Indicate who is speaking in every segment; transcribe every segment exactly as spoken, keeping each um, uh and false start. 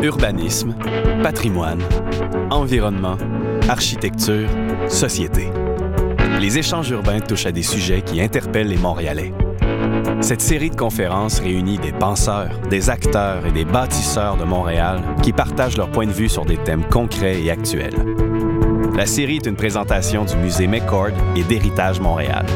Speaker 1: Urbanisme, patrimoine, environnement, architecture, société. Les échanges urbains touchent à des sujets qui interpellent les Montréalais. Cette série de conférences réunit des penseurs, des acteurs et des bâtisseurs de Montréal qui partagent leur point de vue sur des thèmes concrets et actuels. La série est une présentation du musée McCord et d'Héritage Montréal.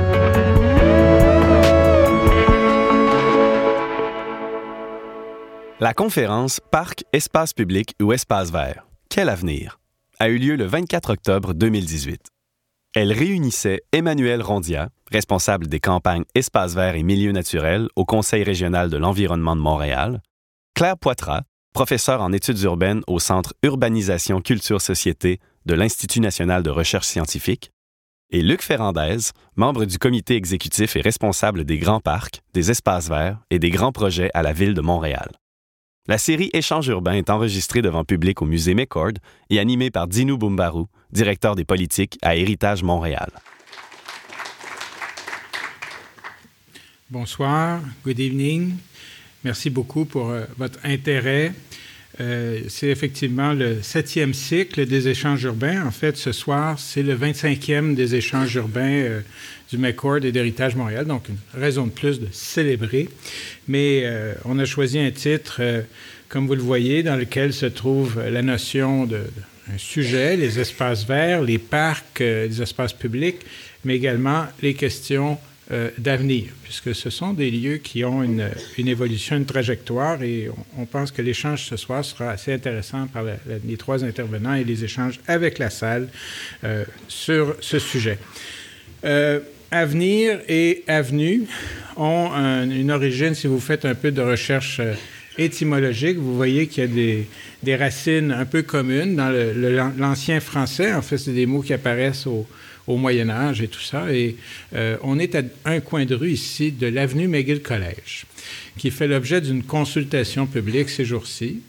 Speaker 1: La conférence « Parc, espace public ou espace vert? Quel avenir ?» a eu lieu le vingt-quatre octobre deux mille dix-huit. Elle réunissait Emmanuel Rondia, responsable des campagnes Espaces verts et milieux naturels au Conseil régional de l'environnement de Montréal, Claire Poitras, professeure en études urbaines au Centre Urbanisation Culture Société de l'Institut national de recherche scientifique, et Luc Ferrandez, membre du comité exécutif et responsable des grands parcs, des espaces verts et des grands projets à la Ville de Montréal. La série Échanges urbains est enregistrée devant public au musée McCord et animée par Dinou Boumbarou, directeur des politiques à Héritage Montréal.
Speaker 2: Bonsoir, good evening. Merci beaucoup pour euh, votre intérêt. Euh, c'est effectivement le septième cycle des échanges urbains. En fait, ce soir, c'est le vingt-cinquième des échanges urbains euh, du McCord et d'Héritage Montréal, donc une raison de plus de célébrer. Mais euh, on a choisi un titre, euh, comme vous le voyez, dans lequel se trouve la notion de, de un sujet, les espaces verts, les parcs, euh, les espaces publics, mais également les questions Euh, d'avenir, puisque ce sont des lieux qui ont une, une évolution, une trajectoire, et on, on pense que l'échange ce soir sera assez intéressant par la, la, les trois intervenants et les échanges avec la salle euh, sur ce sujet. Euh, avenir et avenue ont un, une origine, si vous faites un peu de recherche euh, étymologique, vous voyez qu'il y a des, des racines un peu communes dans le, le, l'ancien français. En fait, c'est des mots qui apparaissent au au Moyen Âge et tout ça. Et euh, on est à un coin de rue ici de l'avenue McGill College, qui fait l'objet d'une consultation publique ces jours-ci.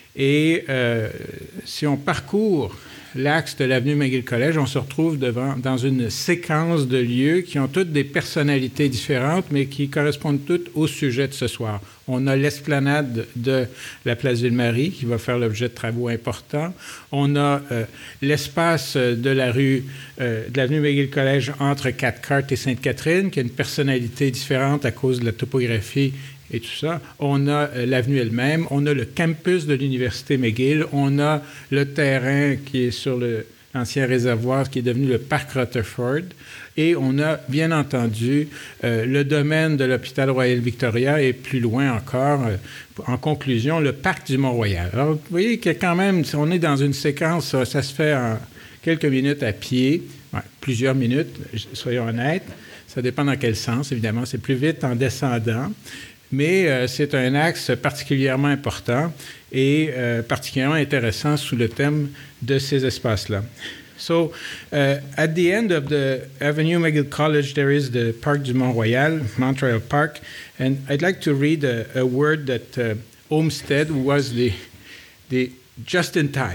Speaker 2: Et euh, si on parcourt l'axe de l'avenue McGill College, on se retrouve devant, dans une séquence de lieux qui ont toutes des personnalités différentes, mais qui correspondent toutes au sujet de ce soir. On a l'esplanade de la place Ville-Marie, qui va faire l'objet de travaux importants. On a euh, l'espace de la rue, euh, de l'avenue McGill College entre Cathcart et Sainte-Catherine, qui a une personnalité différente à cause de la topographie et tout ça. On a euh, l'avenue elle-même, on a le campus de l'Université McGill, on a le terrain qui est sur le, l'ancien réservoir qui est devenu le parc Rutherford, et on a bien entendu euh, le domaine de l'hôpital Royal Victoria et plus loin encore, euh, en conclusion, le parc du Mont-Royal. Alors, vous voyez que quand même, on est dans une séquence, ça, ça se fait en quelques minutes à pied, ouais, plusieurs minutes, soyons honnêtes, ça dépend dans quel sens, évidemment, c'est plus vite en descendant. Mais euh, c'est un axe particulièrement important et euh, particulièrement intéressant sous le thème de ces espaces-là. So, uh, at the end of the Avenue McGill College, there is the Parc du Mont-Royal, Montreal Park, and I'd like to read a, a word that uh, Olmsted, who was the, the just in time.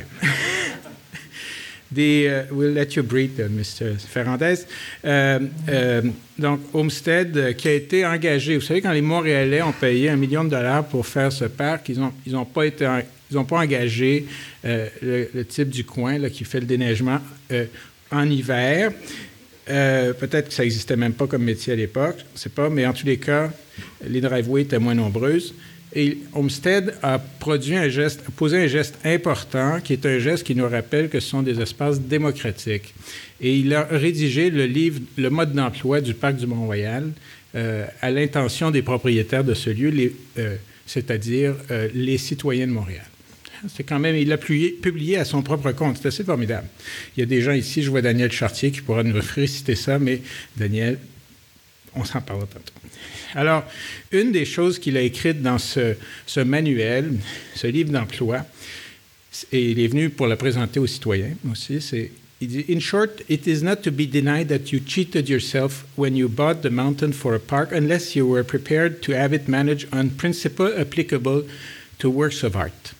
Speaker 2: The, uh, we'll let you breathe, uh, mister Ferrandez. Euh, euh, donc, Olmsted, euh, qui a été engagé. Vous savez, quand les Montréalais ont payé un million de dollars pour faire ce parc, ils n'ont ils ont pas été, ils ont pas engagé euh, le, le type du coin là, qui fait le déneigement euh, en hiver. Euh, peut-être que ça n'existait même pas comme métier à l'époque, je ne sais pas, mais en tous les cas, les driveways étaient moins nombreuses. Et Olmsted a produit un geste, a posé un geste important, qui est un geste qui nous rappelle que ce sont des espaces démocratiques. Et il a rédigé le livre « Le mode d'emploi du parc du Mont-Royal euh, à l'intention des propriétaires de ce lieu, les, euh, c'est-à-dire euh, les citoyens de Montréal. » C'est quand même, il l'a publié à son propre compte. C'est assez formidable. Il y a des gens ici, je vois Daniel Chartier qui pourra nous réciter ça, mais Daniel, on s'en parlera tantôt. Alors, une des choses qu'il a écrites dans ce, ce manuel, ce livre d'emploi, et il est venu pour le présenter aux citoyens aussi, c'est, il dit « In short, it is not to be denied that you cheated yourself when you bought the mountain for a park unless you were prepared to have it managed on principle applicable to works of art.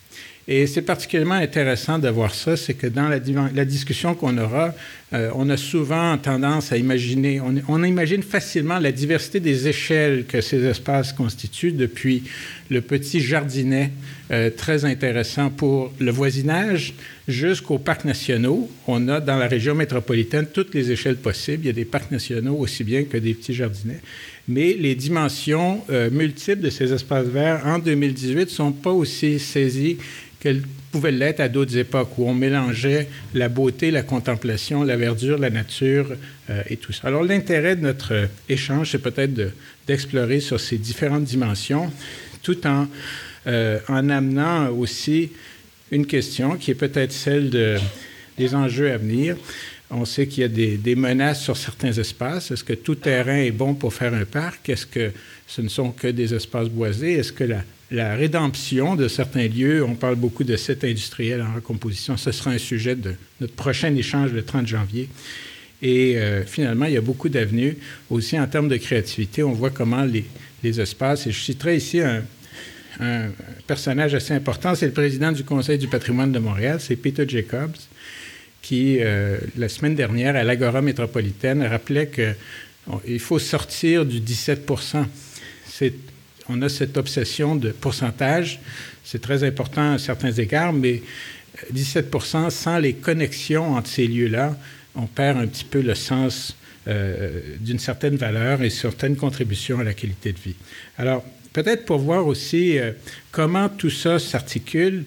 Speaker 2: Et c'est particulièrement intéressant de voir ça, c'est que dans la, la discussion qu'on aura, euh, on a souvent tendance à imaginer, on, on imagine facilement la diversité des échelles que ces espaces constituent, depuis le petit jardinet euh, très intéressant pour le voisinage jusqu'aux parcs nationaux. On a dans la région métropolitaine toutes les échelles possibles. Il y a des parcs nationaux aussi bien que des petits jardinets. Mais les dimensions euh, multiples de ces espaces verts en deux mille dix-huit ne sont pas aussi saisies qu'elles pouvaient l'être à d'autres époques où on mélangeait la beauté, la contemplation, la verdure, la nature euh, et tout ça. Alors, l'intérêt de notre euh, échange, c'est peut-être de, d'explorer sur ces différentes dimensions, tout en, euh, en amenant aussi une question qui est peut-être celle de, des enjeux à venir. On sait qu'il y a des, des menaces sur certains espaces. Est-ce que tout terrain est bon pour faire un parc? Est-ce que ce ne sont que des espaces boisés? Est-ce que la, la rédemption de certains lieux, on parle beaucoup de sites industriels en recomposition, ce sera un sujet de notre prochain échange le trente janvier. Et euh, finalement, il y a beaucoup d'avenues. Aussi, en termes de créativité, on voit comment les, les espaces, et je citerai ici un, un personnage assez important, c'est le président du Conseil du patrimoine de Montréal, c'est Peter Jacobs, qui, euh, la semaine dernière, à l'Agora métropolitaine, rappelait qu'il faut sortir du dix-sept pour cent. C'est, on a cette obsession de pourcentage. C'est très important à certains égards, mais dix-sept pour cent, sans les connexions entre ces lieux-là, on perd un petit peu le sens euh, d'une certaine valeur et certaine contribution à la qualité de vie. Alors, peut-être pour voir aussi euh, comment tout ça s'articule,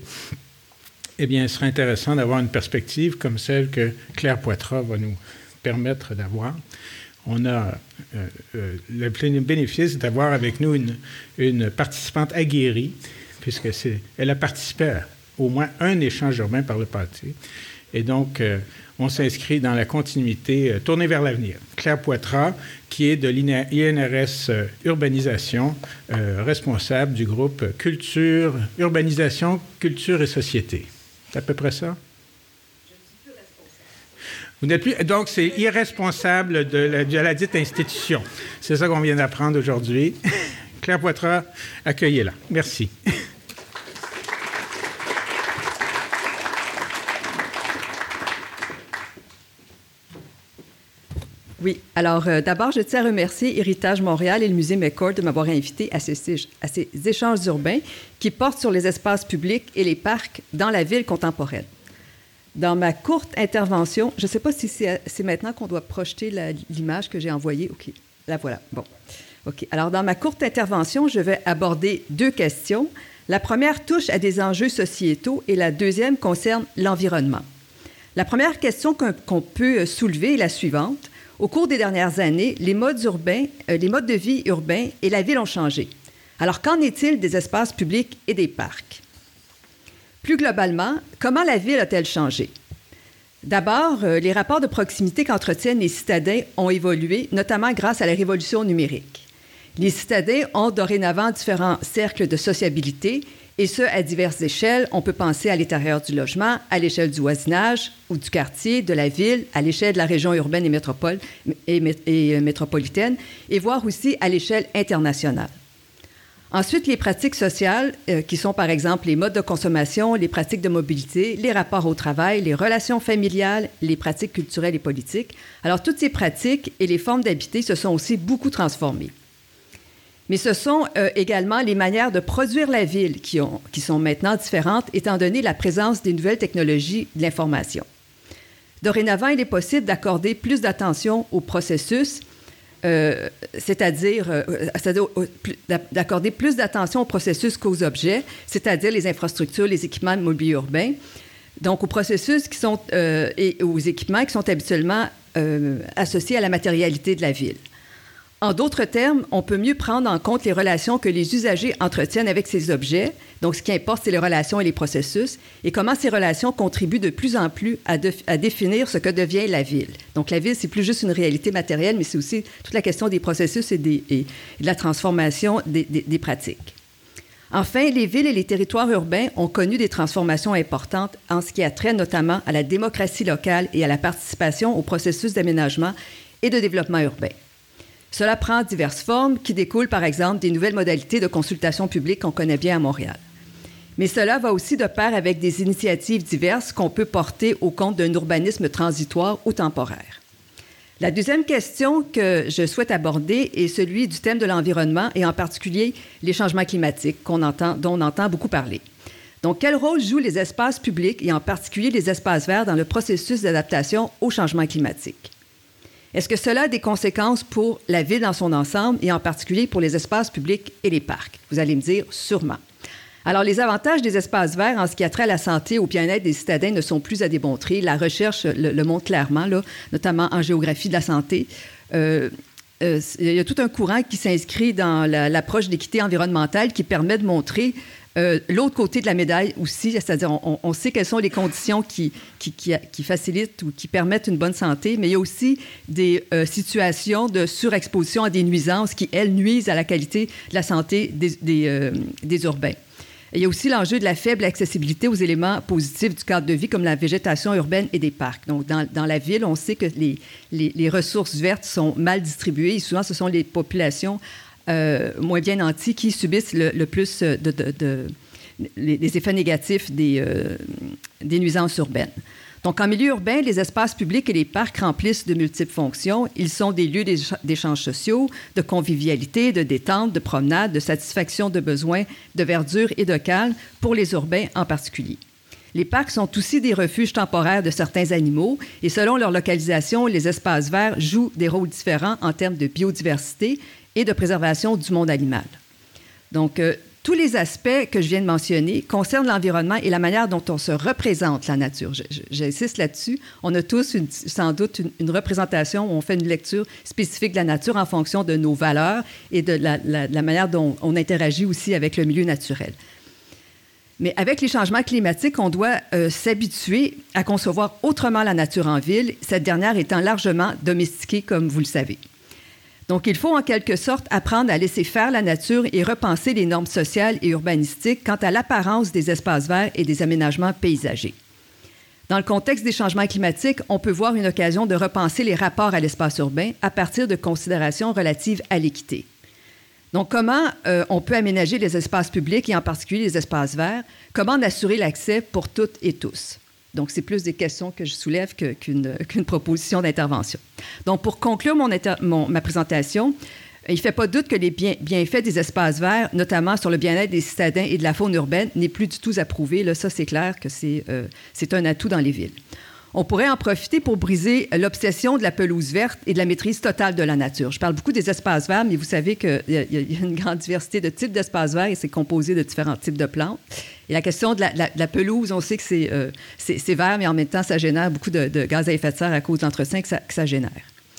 Speaker 2: eh bien, il serait intéressant d'avoir une perspective comme celle que Claire Poitras va nous permettre d'avoir. On a euh, euh, le plein bénéfice d'avoir avec nous une, une participante aguerrie, puisque c'est, elle a participé à au moins un échange urbain par le passé. Et donc, euh, on s'inscrit dans la continuité euh, tournée vers l'avenir. Claire Poitras, qui est de l'I N R S euh, Urbanisation, euh, responsable du groupe Culture, Urbanisation, Culture et Société. C'est à peu près ça?
Speaker 3: Je ne suis plus responsable.
Speaker 2: Vous n'êtes plus... Donc, c'est irresponsable de la, de la dite institution. C'est ça qu'on vient d'apprendre aujourd'hui. Claire Poitras, accueillez-la. Merci.
Speaker 3: Oui. Alors, euh, d'abord, je tiens à remercier Héritage Montréal et le Musée McCord de m'avoir invité à ces, à ces échanges urbains qui portent sur les espaces publics et les parcs dans la ville contemporaine. Dans ma courte intervention, je ne sais pas si c'est, c'est maintenant qu'on doit projeter la, l'image que j'ai envoyée. OK. La voilà. Bon. OK. Alors, dans ma courte intervention, je vais aborder deux questions. La première touche à des enjeux sociétaux et la deuxième concerne l'environnement. La première question qu'on, qu'on peut soulever est la suivante. Au cours des dernières années, les modes urbains, euh, les modes de vie urbains et la ville ont changé. Alors, qu'en est-il des espaces publics et des parcs? Plus globalement, comment la ville a-t-elle changé? D'abord, euh, les rapports de proximité qu'entretiennent les citadins ont évolué, notamment grâce à la révolution numérique. Les citadins ont dorénavant différents cercles de sociabilité, et ce, à diverses échelles. On peut penser à l'intérieur du logement, à l'échelle du voisinage ou du quartier, de la ville, à l'échelle de la région urbaine et, métropole, et, et, et métropolitaine, et voire aussi à l'échelle internationale. Ensuite, les pratiques sociales, euh, qui sont par exemple les modes de consommation, les pratiques de mobilité, les rapports au travail, les relations familiales, les pratiques culturelles et politiques. Alors, toutes ces pratiques et les formes d'habiter se sont aussi beaucoup transformées. Mais ce sont euh, également les manières de produire la ville qui, ont, qui sont maintenant différentes, étant donné la présence des nouvelles technologies de l'information. Dorénavant, il est possible d'accorder plus d'attention au processus, euh, c'est-à-dire, euh, c'est-à-dire d'accorder plus d'attention au processus qu'aux objets, c'est-à-dire les infrastructures, les équipements de mobilier urbain, donc aux processus qui sont, euh, et aux équipements qui sont habituellement euh, associés à la matérialité de la ville. En d'autres termes, on peut mieux prendre en compte les relations que les usagers entretiennent avec ces objets. Donc, ce qui importe, c'est les relations et les processus, et comment ces relations contribuent de plus en plus à, de, à définir ce que devient la ville. Donc, la ville, c'est plus juste une réalité matérielle, mais c'est aussi toute la question des processus et, des, et de la transformation des, des, des pratiques. Enfin, les villes et les territoires urbains ont connu des transformations importantes en ce qui a trait notamment à la démocratie locale et à la participation au processus d'aménagement et de développement urbain. Cela prend diverses formes qui découlent, par exemple, des nouvelles modalités de consultation publique qu'on connaît bien à Montréal. Mais cela va aussi de pair avec des initiatives diverses qu'on peut porter au compte d'un urbanisme transitoire ou temporaire. La deuxième question que je souhaite aborder est celui du thème de l'environnement et en particulier les changements climatiques qu'on entend, dont on entend beaucoup parler. Donc, quel rôle jouent les espaces publics et en particulier les espaces verts dans le processus d'adaptation au changement climatique? Est-ce que cela a des conséquences pour la ville dans son ensemble et en particulier pour les espaces publics et les parcs? Vous allez me dire sûrement. Alors, les avantages des espaces verts en ce qui a trait à la santé et au bien-être des citadins ne sont plus à démontrer. La recherche le, le montre clairement, là, notamment en géographie de la santé. Euh, euh, il y a tout un courant qui s'inscrit dans la, l'approche d'équité environnementale qui permet de montrer euh, l'autre côté de la médaille aussi, c'est-à-dire on, on sait quelles sont les conditions qui, qui, qui, qui facilitent ou qui permettent une bonne santé, mais il y a aussi des euh, situations de surexposition à des nuisances qui, elles, nuisent à la qualité de la santé des, des, euh, des urbains. Il y a aussi l'enjeu de la faible accessibilité aux éléments positifs du cadre de vie, comme la végétation urbaine et des parcs. Donc, dans, dans la ville, on sait que les, les, les ressources vertes sont mal distribuées et souvent, ce sont les populations euh, moins bien nanties qui subissent le, le plus de, de, de, de les, les effets négatifs des, euh, des nuisances urbaines. Donc, en milieu urbain, les espaces publics et les parcs remplissent de multiples fonctions. Ils sont des lieux d'échanges sociaux, de convivialité, de détente, de promenade, de satisfaction de besoins, de verdure et de calme pour les urbains en particulier. Les parcs sont aussi des refuges temporaires de certains animaux et selon leur localisation, les espaces verts jouent des rôles différents en termes de biodiversité et de préservation du monde animal. Donc, euh, tous les aspects que je viens de mentionner concernent l'environnement et la manière dont on se représente la nature. Je, je, j'insiste là-dessus. On a tous une, sans doute une, une représentation où on fait une lecture spécifique de la nature en fonction de nos valeurs et de la, la, la manière dont on interagit aussi avec le milieu naturel. Mais avec les changements climatiques, on doit euh, s'habituer à concevoir autrement la nature en ville, cette dernière étant largement domestiquée, comme vous le savez. Donc, il faut en quelque sorte apprendre à laisser faire la nature et repenser les normes sociales et urbanistiques quant à l'apparence des espaces verts et des aménagements paysagers. Dans le contexte des changements climatiques, on peut voir une occasion de repenser les rapports à l'espace urbain à partir de considérations relatives à l'équité. Donc, comment euh, on peut aménager les espaces publics et en particulier les espaces verts? Comment en assurer l'accès pour toutes et tous? Donc, c'est plus des questions que je soulève que, qu'une, qu'une proposition d'intervention. Donc, pour conclure mon inter- mon, ma présentation, il ne fait pas doute que les bien, bienfaits des espaces verts, notamment sur le bien-être des citadins et de la faune urbaine, n'est plus du tout à prouver. Là, ça, c'est clair que c'est, euh, c'est un atout dans les villes. On pourrait en profiter pour briser l'obsession de la pelouse verte et de la maîtrise totale de la nature. Je parle beaucoup des espaces verts, mais vous savez qu'il y a, il y a une grande diversité de types d'espaces verts et c'est composé de différents types de plantes. Et la question de la, la, de la pelouse, on sait que c'est, euh, c'est, c'est vert, mais en même temps, ça génère beaucoup de, de gaz à effet de serre à cause de l'entretien que ça, que ça génère.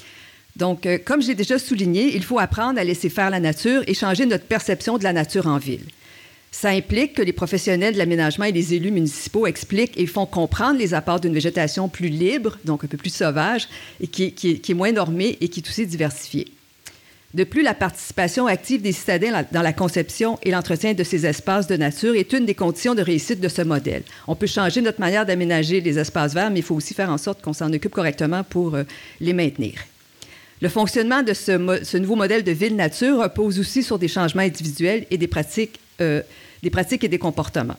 Speaker 3: Donc, euh, comme j'ai déjà souligné, il faut apprendre à laisser faire la nature et changer notre perception de la nature en ville. Ça implique que les professionnels de l'aménagement et les élus municipaux expliquent et font comprendre les apports d'une végétation plus libre, donc un peu plus sauvage, et qui, qui, qui est moins normée et qui est aussi diversifiée. De plus, la participation active des citadins dans la conception et l'entretien de ces espaces de nature est une des conditions de réussite de ce modèle. On peut changer notre manière d'aménager les espaces verts, mais il faut aussi faire en sorte qu'on s'en occupe correctement pour euh, les maintenir. Le fonctionnement de ce, mo- ce nouveau modèle de ville-nature repose aussi sur des changements individuels et des pratiques, euh, des pratiques et des comportements.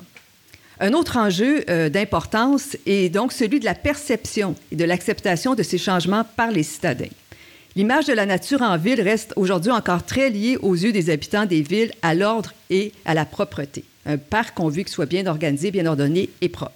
Speaker 3: Un autre enjeu euh, d'importance est donc celui de la perception et de l'acceptation de ces changements par les citadins. L'image de la nature en ville reste aujourd'hui encore très liée aux yeux des habitants des villes à l'ordre et à la propreté. Un parc, on veut qu'il soit bien organisé, bien ordonné et propre.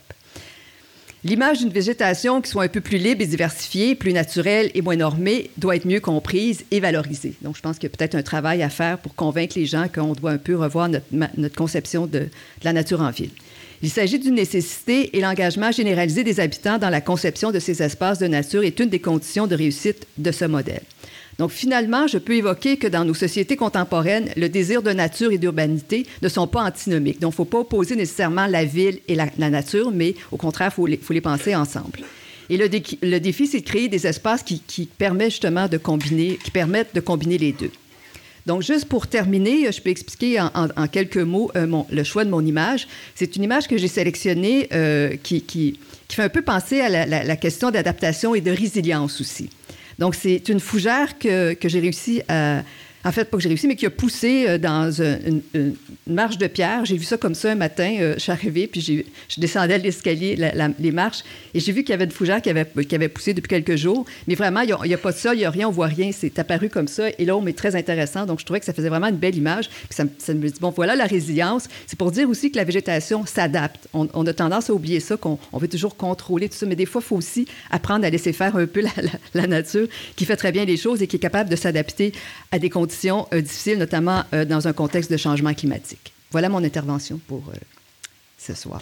Speaker 3: L'image d'une végétation qui soit un peu plus libre et diversifiée, plus naturelle et moins normée, doit être mieux comprise et valorisée. Donc, je pense qu'il y a peut-être un travail à faire pour convaincre les gens qu'on doit un peu revoir notre, notre conception de, de la nature en ville. Il s'agit d'une nécessité et l'engagement généralisé des habitants dans la conception de ces espaces de nature est une des conditions de réussite de ce modèle. Donc, finalement, je peux évoquer que dans nos sociétés contemporaines, le désir de nature et d'urbanité ne sont pas antinomiques. Donc, il ne faut pas opposer nécessairement la ville et la, la nature, mais au contraire, il faut les, faut les penser ensemble. Et le, dé, le défi, c'est de créer des espaces qui, qui permettent justement de combiner, qui permettent de combiner les deux. Donc, juste pour terminer, je peux expliquer en, en, en quelques mots euh, mon, le choix de mon image. C'est une image que j'ai sélectionnée euh, qui, qui, qui fait un peu penser à la, la, la question d'adaptation et de résilience aussi. Donc, c'est une fougère que, que j'ai réussi à... En fait, pas que j'ai réussi, mais qui a poussé dans un, une, une, une marche de pierre. J'ai vu ça comme ça un matin. Euh, je suis arrivée, puis j'ai, je descendais l'escalier, la, la, les marches, et j'ai vu qu'il y avait une fougère qui avait, qui avait poussé depuis quelques jours. Mais vraiment, il n'y a, a pas de sol, il n'y a rien, on ne voit rien. C'est apparu comme ça. Et l'homme est très intéressant. Donc, je trouvais que ça faisait vraiment une belle image. Puis ça, ça me dit, bon, voilà la résilience. C'est pour dire aussi que la végétation s'adapte. On, on a tendance à oublier ça, qu'on on veut toujours contrôler tout ça. Mais des fois, il faut aussi apprendre à laisser faire un peu la, la, la nature, qui fait très bien les choses et qui est capable de s'adapter à des conditions euh, difficiles, notamment euh, dans un contexte de changement climatique. Voilà mon intervention pour euh, ce soir.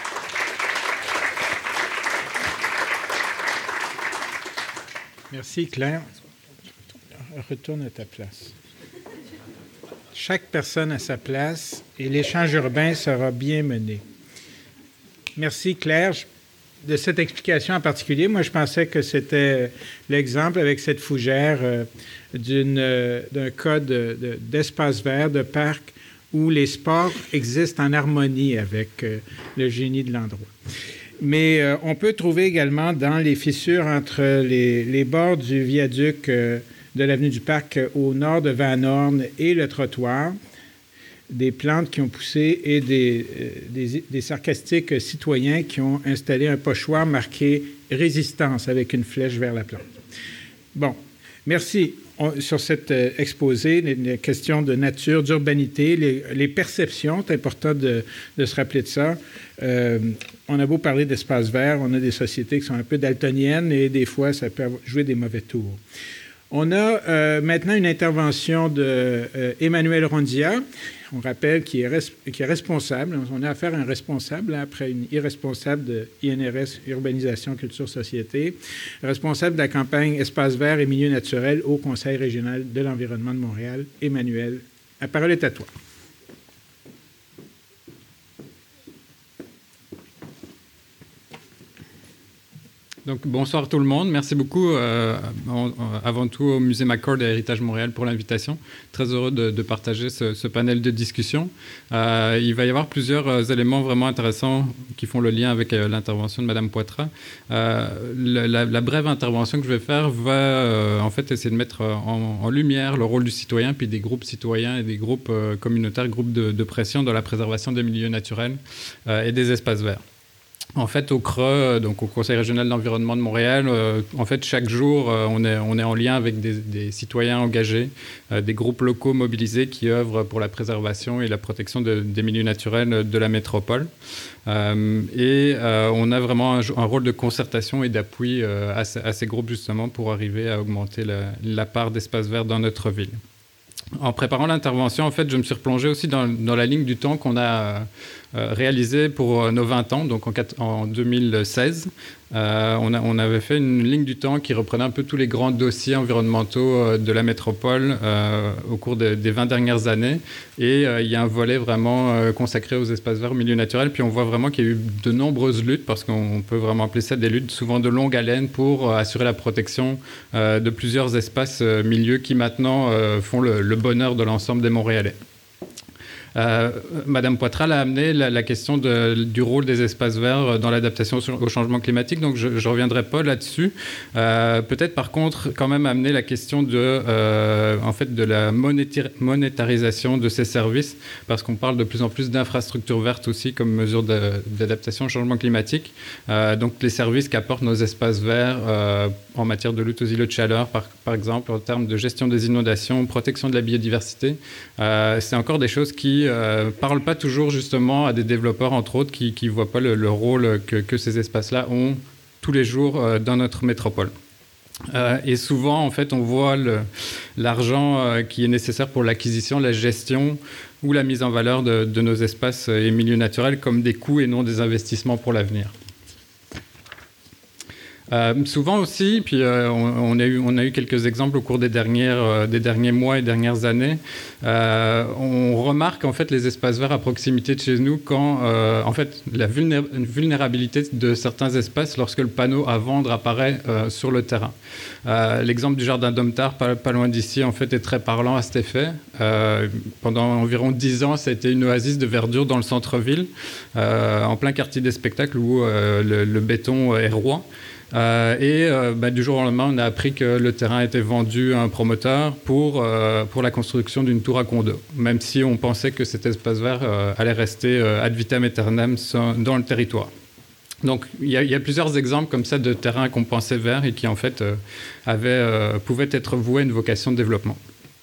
Speaker 2: Merci, Claire. Retourne à ta place. Chaque personne à sa place et l'échange urbain sera bien mené. Merci, Claire, de cette explication en particulier. Moi, je pensais que c'était l'exemple avec cette fougère euh, d'une, euh, d'un cas de, de, d'espace vert, de parc, où les sports existent en harmonie avec euh, le génie de l'endroit. Mais euh, on peut trouver également dans les fissures entre les, les bords du viaduc euh, de l'avenue du Parc euh, au nord de Van Horn et le trottoir, des plantes qui ont poussé et des, euh, des, des sarcastiques citoyens qui ont installé un pochoir marqué « Résistance » avec une flèche vers la plante. Bon, merci. On, sur cet euh, exposé, les, les questions de nature, d'urbanité, les, les perceptions, c'est important de, de se rappeler de ça. Euh, on a beau parler d'espace vert, on a des sociétés qui sont un peu daltoniennes et des fois, ça peut jouer des mauvais tours. On a euh, maintenant une intervention de euh, Emmanuel Rondia, on rappelle qu'il est, res, qu'il est responsable. On a affaire à un responsable là, après une irresponsable de I N R S, Urbanisation, Culture, Société, responsable de la campagne Espace vert et milieux naturels au Conseil régional de l'environnement de Montréal. Emmanuel, la parole est à toi.
Speaker 4: Donc, bonsoir tout le monde. Merci beaucoup euh, avant tout au Musée McCord et à Héritage Montréal pour l'invitation. Très heureux de, de partager ce, ce panel de discussion. Euh, il va y avoir plusieurs euh, éléments vraiment intéressants qui font le lien avec euh, l'intervention de Mme Poitras. Euh, la, la, la brève intervention que je vais faire va euh, en fait essayer de mettre en, en lumière le rôle du citoyen, puis des groupes citoyens et des groupes euh, communautaires, groupes de, de pression dans la préservation des milieux naturels euh, et des espaces verts. En fait, au Creux, donc au Conseil régional de l'environnement de Montréal, euh, en fait, chaque jour, euh, on, est, on est en lien avec des, des citoyens engagés, euh, des groupes locaux mobilisés qui œuvrent pour la préservation et la protection de, des milieux naturels de la métropole. Euh, et euh, on a vraiment un, un rôle de concertation et d'appui euh, à, à ces groupes, justement, pour arriver à augmenter la, la part d'espace vert dans notre ville. En préparant l'intervention, en fait, je me suis replongé aussi dans, dans la ligne du temps qu'on a euh, réalisée pour nos vingt ans, donc en, en deux mille seize. Euh, on, a, on avait fait une ligne du temps qui reprenait un peu tous les grands dossiers environnementaux euh, de la métropole euh, au cours de, des vingt dernières années. Et euh, il y a un volet vraiment euh, consacré aux espaces verts, milieux naturels. Puis on voit vraiment qu'il y a eu de nombreuses luttes, parce qu'on peut vraiment appeler ça des luttes souvent de longue haleine pour euh, assurer la protection euh, de plusieurs espaces, euh, milieux qui maintenant euh, font le, le bonheur de l'ensemble des Montréalais. Euh, Madame Poitras a amené la, la question de, du rôle des espaces verts dans l'adaptation au changement climatique, donc je ne reviendrai pas là-dessus. Euh, peut-être par contre quand même amener la question de, euh, en fait, de la monétarisation de ces services, parce qu'on parle de plus en plus d'infrastructures vertes aussi comme mesure de, d'adaptation au changement climatique. Euh, donc les services qu'apportent nos espaces verts euh, en matière de lutte aux îlots de chaleur, par, par exemple, en termes de gestion des inondations, protection de la biodiversité, euh, c'est encore des choses qui ne euh, parlent pas toujours justement à des développeurs, entre autres, qui ne voient pas le, le rôle que, que ces espaces-là ont tous les jours euh, dans notre métropole. Euh, et souvent, en fait, on voit le, l'argent euh, qui est nécessaire pour l'acquisition, la gestion ou la mise en valeur de, de nos espaces et milieux naturels comme des coûts et non des investissements pour l'avenir. Euh, souvent aussi, puis euh, on, on, a eu, on a eu quelques exemples au cours des, dernières, euh, des derniers mois et dernières années, euh, on remarque en fait les espaces verts à proximité de chez nous quand euh, en fait la vulnéra- vulnérabilité de certains espaces lorsque le panneau à vendre apparaît euh, sur le terrain. Euh, l'exemple du jardin Domtar, pas, pas loin d'ici, en fait est très parlant à cet effet. Euh, pendant environ dix ans, ça a été une oasis de verdure dans le centre-ville, euh, en plein quartier des spectacles où euh, le, le béton est roi. Euh, et euh, bah, du jour au lendemain, on a appris que le terrain a été vendu à un promoteur pour, euh, pour la construction d'une tour à condo, même si on pensait que cet espace vert euh, allait rester euh, ad vitam aeternam dans le territoire. Donc, il y, y a plusieurs exemples comme ça de terrains qu'on pensait verts et qui, en fait, euh, avaient, euh, pouvaient être voués à une vocation de développement.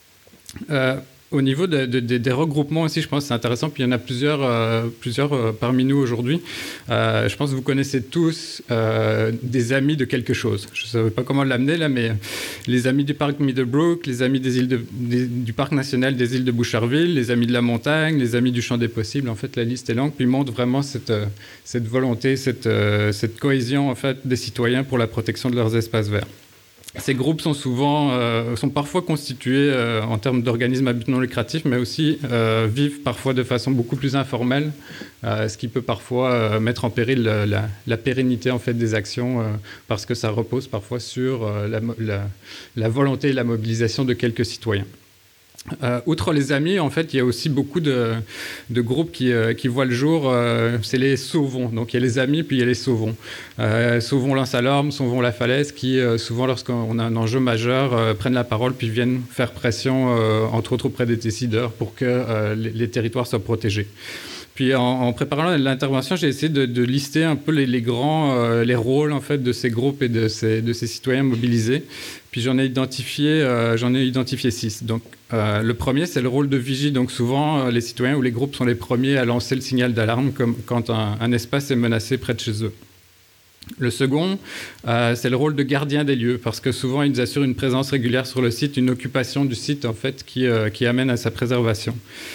Speaker 4: Euh, Au niveau de, de, de, des regroupements aussi, je pense que c'est intéressant. Puis il y en a plusieurs, euh, plusieurs euh, parmi nous aujourd'hui. Euh, je pense que vous connaissez tous euh, des amis de quelque chose. Je ne sais pas comment l'amener là, mais les amis du parc Meadowbrook, les amis des îles de, des, du parc national des îles de Boucherville, les amis de la montagne, les amis du champ des possibles. En fait, la liste est longue. Puis montre vraiment cette, cette volonté, cette, cette cohésion en fait des citoyens pour la protection de leurs espaces verts. Ces groupes sont, souvent, euh, sont parfois constitués euh, en termes d'organismes à but non lucratif, mais aussi euh, vivent parfois de façon beaucoup plus informelle, euh, ce qui peut parfois euh, mettre en péril la, la, la pérennité en fait, des actions, euh, parce que ça repose parfois sur euh, la, la, la volonté et la mobilisation de quelques citoyens. Euh, outre les amis, en fait, il y a aussi beaucoup de, de groupes qui, euh, qui voient le jour. Euh, c'est les sauvons. Donc, il y a les amis, puis il y a les sauvons. Euh, sauvons lance à l'orme, sauvons la falaise, qui, euh, souvent, lorsqu'on a un enjeu majeur, euh, prennent la parole, puis viennent faire pression, euh, entre autres auprès des décideurs, pour que euh, les, les territoires soient protégés. Puis en, en préparant l'intervention, j'ai essayé de, de lister un peu les, les grands euh, les rôles en fait de ces groupes et de ces, de ces citoyens mobilisés. Puis j'en ai identifié euh, j'en ai identifié six. Donc euh, le premier, c'est le rôle de vigie. Donc souvent, euh, les citoyens ou les groupes sont les premiers à lancer le signal d'alarme comme quand un, un espace est menacé près de chez eux. Le second, euh, c'est le rôle de gardien des lieux, parce que souvent, ils assurent une présence régulière sur le site, une occupation du site en fait qui, euh, qui amène à sa préservation.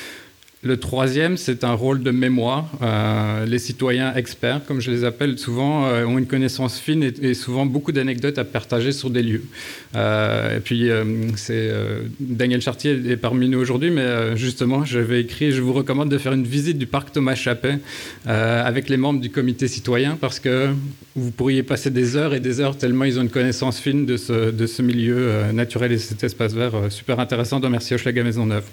Speaker 4: Le troisième, c'est un rôle de mémoire. Euh, les citoyens experts, comme je les appelle souvent, euh, ont une connaissance fine et, et souvent beaucoup d'anecdotes à partager sur des lieux. Euh, et puis, euh, c'est, euh, Daniel Chartier est parmi nous aujourd'hui, mais euh, justement, j'avais écrit, je vous recommande de faire une visite du parc Thomas Chappet euh, avec les membres du comité citoyen, parce que vous pourriez passer des heures et des heures tellement ils ont une connaissance fine de ce, de ce milieu euh, naturel et cet espace vert euh, super intéressant. Donc, merci Hochelaga Maisonneuve.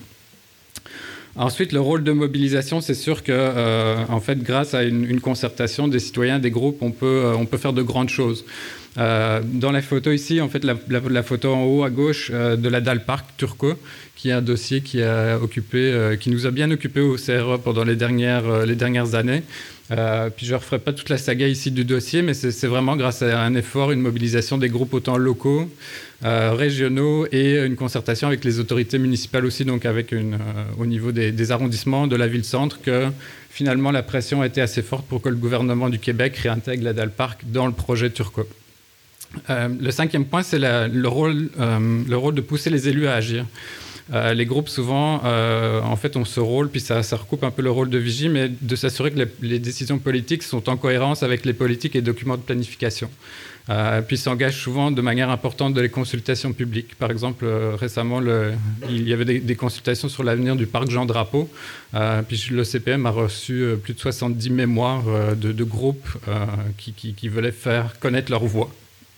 Speaker 4: Ensuite, le rôle de mobilisation, c'est sûr que, euh, en fait, grâce à une, une concertation des citoyens, des groupes, on peut, euh, on peut faire de grandes choses. Euh, dans la photo ici, en fait, la, la, la photo en haut à gauche euh, de la Dalle Park Turco, qui est un dossier qui a occupé, euh, qui nous a bien occupé au C R E pendant les dernières, euh, les dernières années. Euh, puis je ne referai pas toute la saga ici du dossier, mais c'est, c'est vraiment grâce à un effort, une mobilisation des groupes autant locaux, euh, régionaux et une concertation avec les autorités municipales aussi, donc avec une, euh, au niveau des, des arrondissements de la ville-centre, que finalement la pression a été assez forte pour que le gouvernement du Québec réintègre la Dalle Park dans le projet Turco. Euh, le cinquième point, c'est la, le, rôle, euh, le rôle de pousser les élus à agir. Euh, les groupes, souvent, euh, en fait, ont ce rôle, puis ça, ça recoupe un peu le rôle de vigie, mais de s'assurer que les, les décisions politiques sont en cohérence avec les politiques et documents de planification. Euh, puis s'engagent souvent de manière importante dans les consultations publiques. Par exemple, euh, récemment, le, il y avait des, des consultations sur l'avenir du parc Jean Drapeau. Euh, puis l'O C P M a reçu euh, plus de soixante-dix mémoires euh, de, de groupes euh, qui, qui, qui veulent faire connaître leur voix.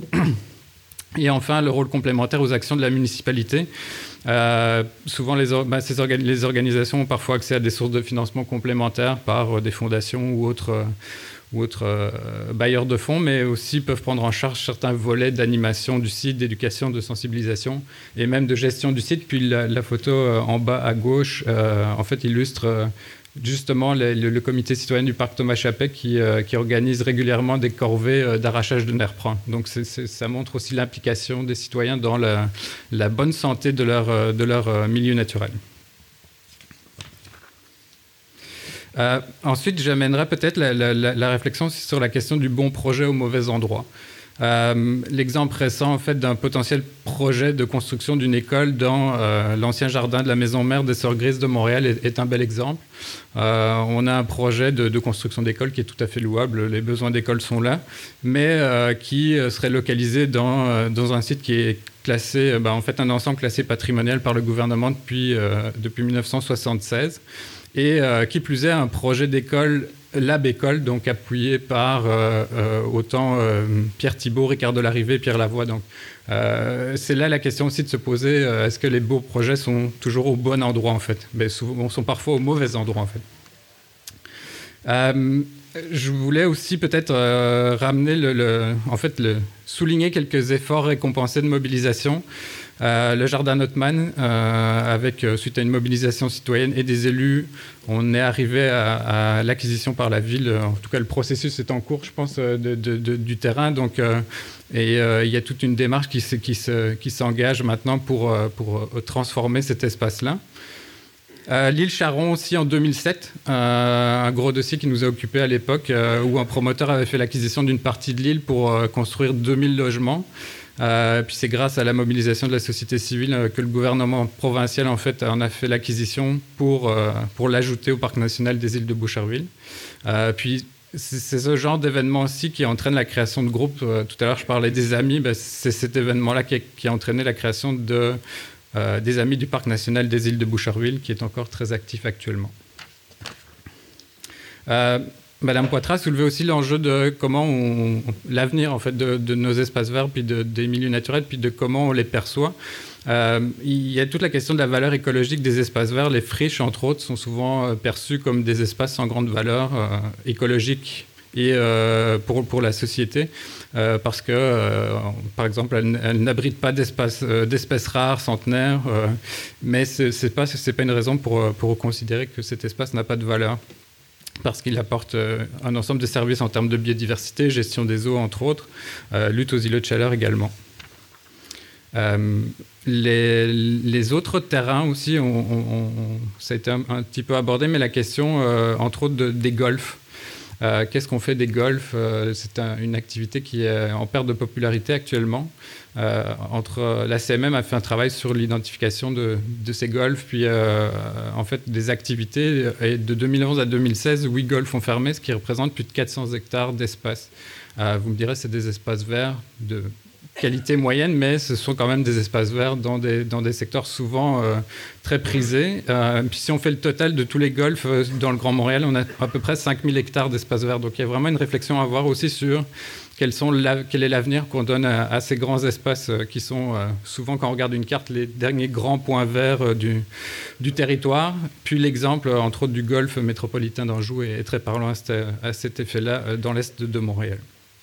Speaker 4: Et enfin, le rôle complémentaire aux actions de la municipalité. Euh, souvent, les, or- bah, ces orga- les organisations ont parfois accès à des sources de financement complémentaires par euh, des fondations ou autres, euh, ou autres euh, bailleurs de fonds, mais aussi peuvent prendre en charge certains volets d'animation du site, d'éducation, de sensibilisation et même de gestion du site. Puis la, la photo euh, en bas à gauche, euh, en fait, illustre euh, justement le, le, le comité citoyen du parc Thomas Chappet qui, euh, qui organise régulièrement des corvées euh, d'arrachage de nerfs bruns. Donc c'est, c'est, ça montre aussi l'implication des citoyens dans la, la bonne santé de leur, euh, de leur euh, milieu naturel. Euh, ensuite, j'amènerai peut-être la, la, la, la réflexion sur la question du bon projet au mauvais endroit. Euh, l'exemple récent en fait, d'un potentiel projet de construction d'une école dans euh, l'ancien jardin de la maison mère des Sœurs Grises de Montréal est, est un bel exemple. Euh, on a un projet de, de construction d'école qui est tout à fait louable, les besoins d'école sont là, mais euh, qui serait localisé dans, euh, dans un site qui est classé, ben, en fait un ensemble classé patrimonial par le gouvernement depuis, euh, depuis dix-neuf cent soixante-seize, et euh, qui plus est un projet d'école Lab École, donc appuyé par euh, euh, autant euh, Pierre Thibault, Ricard Delarrivé, Pierre Lavoie. Donc, euh, c'est là la question aussi de se poser, euh, est-ce que les beaux projets sont toujours au bon endroit en fait? Mais souvent, sont parfois au mauvais endroit en fait. Euh, je voulais aussi peut-être euh, ramener le, le, en fait, le, souligner quelques efforts récompensés de mobilisation. Euh, le Jardin Notman, euh, avec, euh, suite à une mobilisation citoyenne et des élus, on est arrivé à, à l'acquisition par la ville. En tout cas, le processus est en cours, je pense, de, de, de, du terrain. Donc, euh, et euh, il y a toute une démarche qui, se, qui, se, qui s'engage maintenant pour, pour transformer cet espace-là. Euh, l'île Charon aussi en deux mille sept, euh, un gros dossier qui nous a occupé à l'époque, euh, où un promoteur avait fait l'acquisition d'une partie de l'île pour euh, construire deux mille logements. Euh, puis c'est grâce à la mobilisation de la société civile euh, que le gouvernement provincial en fait en a fait l'acquisition pour, euh, pour l'ajouter au parc national des îles de Boucherville. Euh, puis c'est, c'est ce genre d'événement aussi qui entraîne la création de groupes. Euh, tout à l'heure je parlais des amis, ben, c'est cet événement-là qui a, qui a entraîné la création de, euh, des amis du parc national des îles de Boucherville, qui est encore très actif actuellement. Euh, Madame Poitras soulevait aussi l'enjeu de comment on, l'avenir en fait de, de nos espaces verts, puis de, des milieux naturels, puis de comment on les perçoit. Euh, il y a toute la question de la valeur écologique des espaces verts. Les friches, entre autres, sont souvent perçues comme des espaces sans grande valeur euh, écologique et euh, pour, pour la société, euh, parce que, euh, par exemple, elles, elles n'abritent pas d'espaces, euh, d'espèces rares, centenaires, euh, mais ce n'est pas, c'est pas une raison pour, pour considérer que cet espace n'a pas de valeur, parce qu'il apporte euh, un ensemble de services en termes de biodiversité, gestion des eaux, entre autres, euh, lutte aux îlots de chaleur également. Euh, les, les autres terrains aussi, on, on, on, ça a été un, un petit peu abordé, mais la question, euh, entre autres, de, des golfs. Euh, qu'est-ce qu'on fait des golfs? euh, C'est un, une activité qui est en perte de popularité actuellement. Euh, entre, la C M M a fait un travail sur l'identification de, de ces golfs, puis euh, en fait des activités. Et de deux mille onze à deux mille seize, huit golfs ont fermé, ce qui représente plus de quatre cents hectares d'espace. Euh, vous me direz, c'est des espaces verts de qualité moyenne, mais ce sont quand même des espaces verts dans des, dans des secteurs souvent euh, très prisés. Euh, puis si on fait le total de tous les golfs euh, dans le Grand Montréal, on a à peu près cinq mille hectares d'espaces verts. Donc il y a vraiment une réflexion à avoir aussi sur quels sont la, quel est l'avenir qu'on donne à, à ces grands espaces euh, qui sont euh, souvent, quand on regarde une carte, les derniers grands points verts euh, du, du territoire. Puis l'exemple, euh, entre autres, du golfe métropolitain d'Anjou est, est très parlant à, cet, à cet effet-là euh, dans l'est de, de Montréal.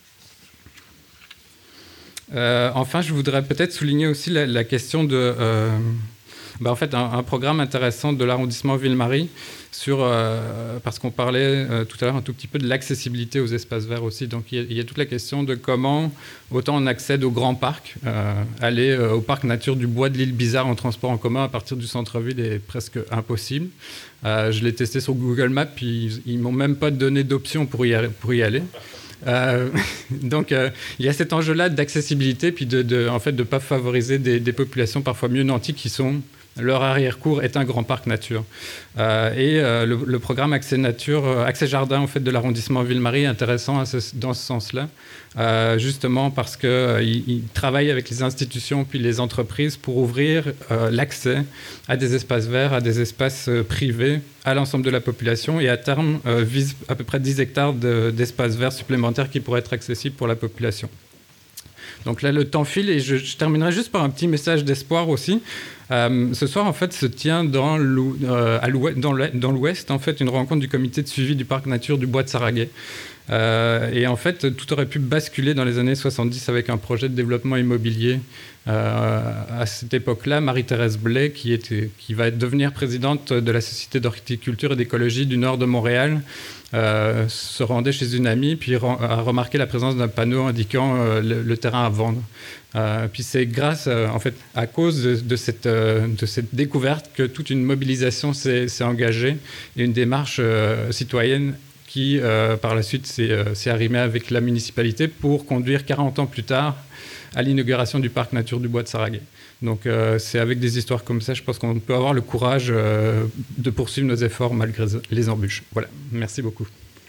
Speaker 4: Euh, enfin, je voudrais peut-être souligner aussi la, la question de... Euh, ben en fait, un, un programme intéressant de l'arrondissement Ville-Marie, sur, euh, parce qu'on parlait euh, tout à l'heure un tout petit peu de l'accessibilité aux espaces verts aussi. Donc, il y a, il y a toute la question de comment, autant on accède aux grands parcs, euh, aller euh, au parc nature du Bois de l'Île Bizarre en transport en commun à partir du centre-ville est presque impossible. Euh, je l'ai testé sur Google Maps, puis ils ne m'ont même pas donné d'option pour y, pour y aller. Euh, donc euh, il y a cet enjeu-là d'accessibilité, puis de, de, en fait, de ne pas favoriser des, des populations parfois mieux nanties qui sont... Leur arrière-cour est un grand parc nature. Euh, et euh, le, le programme Accès Nature, euh, Accès Jardin en fait, de l'arrondissement Ville-Marie est intéressant à ce, dans ce sens-là, euh, justement parce qu'il euh, il travaille avec les institutions puis les entreprises pour ouvrir euh, l'accès à des espaces verts, à des espaces euh, privés, à l'ensemble de la population, et à terme euh, vise à peu près dix hectares de, d'espaces verts supplémentaires qui pourraient être accessibles pour la population. Donc là, le temps file, et je, je terminerai juste par un petit message d'espoir aussi. Euh, ce soir, en fait, se tient dans, euh, à l'ouest, dans, dans l'ouest, en fait, une rencontre du comité de suivi du parc nature du Bois de Saraguet. Euh, et en fait, tout aurait pu basculer dans les années soixante-dix avec un projet de développement immobilier. Euh, à cette époque-là, Marie-Thérèse Blais, qui, était, qui va devenir présidente de la Société d'horticulture et d'écologie du nord de Montréal, euh, se rendait chez une amie, puis a remarqué la présence d'un panneau indiquant euh, le, le terrain à vendre. Euh, puis c'est grâce, euh, en fait, à cause de, de, cette, euh, de cette découverte que toute une mobilisation s'est, s'est engagée, et une démarche euh, citoyenne qui, euh, par la suite, s'est, euh, s'est arrimée avec la municipalité pour conduire quarante ans plus tard à l'inauguration du parc nature du Bois de Saraguet. Donc euh, c'est avec des histoires comme ça, je pense qu'on peut avoir le courage euh, de poursuivre nos efforts malgré les embûches. Voilà, merci beaucoup.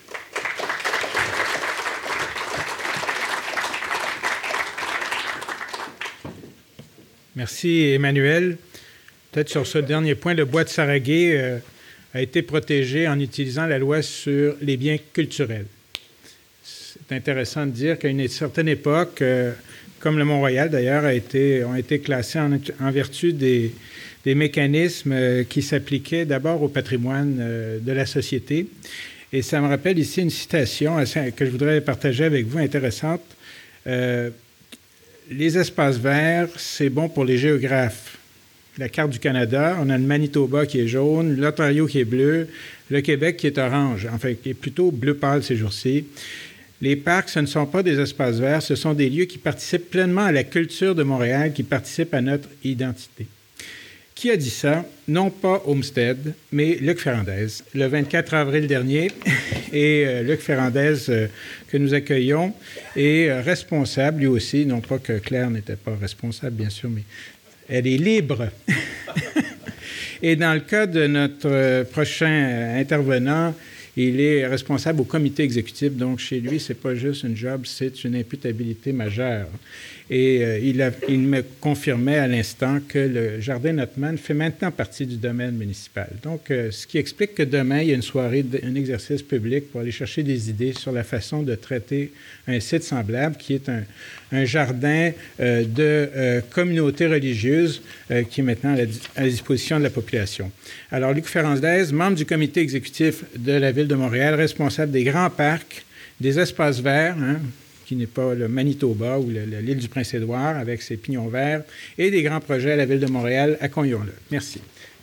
Speaker 2: Merci Emmanuel. Peut-être sur ce dernier point, le Bois de Saraguet euh, a été protégé en utilisant la loi sur les biens culturels. C'est intéressant de dire qu'à une certaine époque, euh, comme le Mont-Royal d'ailleurs, a été, ont été classés en, en vertu des, des mécanismes euh, qui s'appliquaient d'abord au patrimoine euh, de la société. Et ça me rappelle ici une citation assez, que je voudrais partager avec vous, intéressante. Euh, les espaces verts, c'est bon pour les géographes. La carte du Canada, on a le Manitoba qui est jaune, l'Ontario qui est bleu, le Québec qui est orange, enfin qui est plutôt bleu pâle ces jours-ci. Les parcs, ce ne sont pas des espaces verts, ce sont des lieux qui participent pleinement à la culture de Montréal, qui participent à notre identité. Qui a dit ça? Non pas Homestead, mais Luc Ferrandez, le vingt-quatre avril dernier. Et euh, Luc Ferrandez, euh, que nous accueillons, est euh, responsable, lui aussi, non pas que Claire n'était pas responsable, bien sûr, mais elle est libre. Et dans le cas de notre euh, prochain euh, intervenant, il est responsable au comité exécutif. Donc, chez lui, ce n'est pas juste une job, c'est une imputabilité majeure. Et euh, il, a, il me confirmait à l'instant que le Jardin Notman fait maintenant partie du domaine municipal. Donc, euh, ce qui explique que demain, il y a une soirée, un exercice public pour aller chercher des idées sur la façon de traiter un site semblable qui est un, un jardin euh, de euh, communauté religieuse euh, qui est maintenant à la, à la disposition de la population. Alors, Luc Ferrandez, membre du comité exécutif de la Ville de Montréal, responsable des grands parcs, des espaces verts, hein, qui n'est pas le Manitoba ou le, le, l'île du Prince-Édouard avec ses pignons verts, et des grands projets à la Ville de Montréal. Accueillons-le. Merci.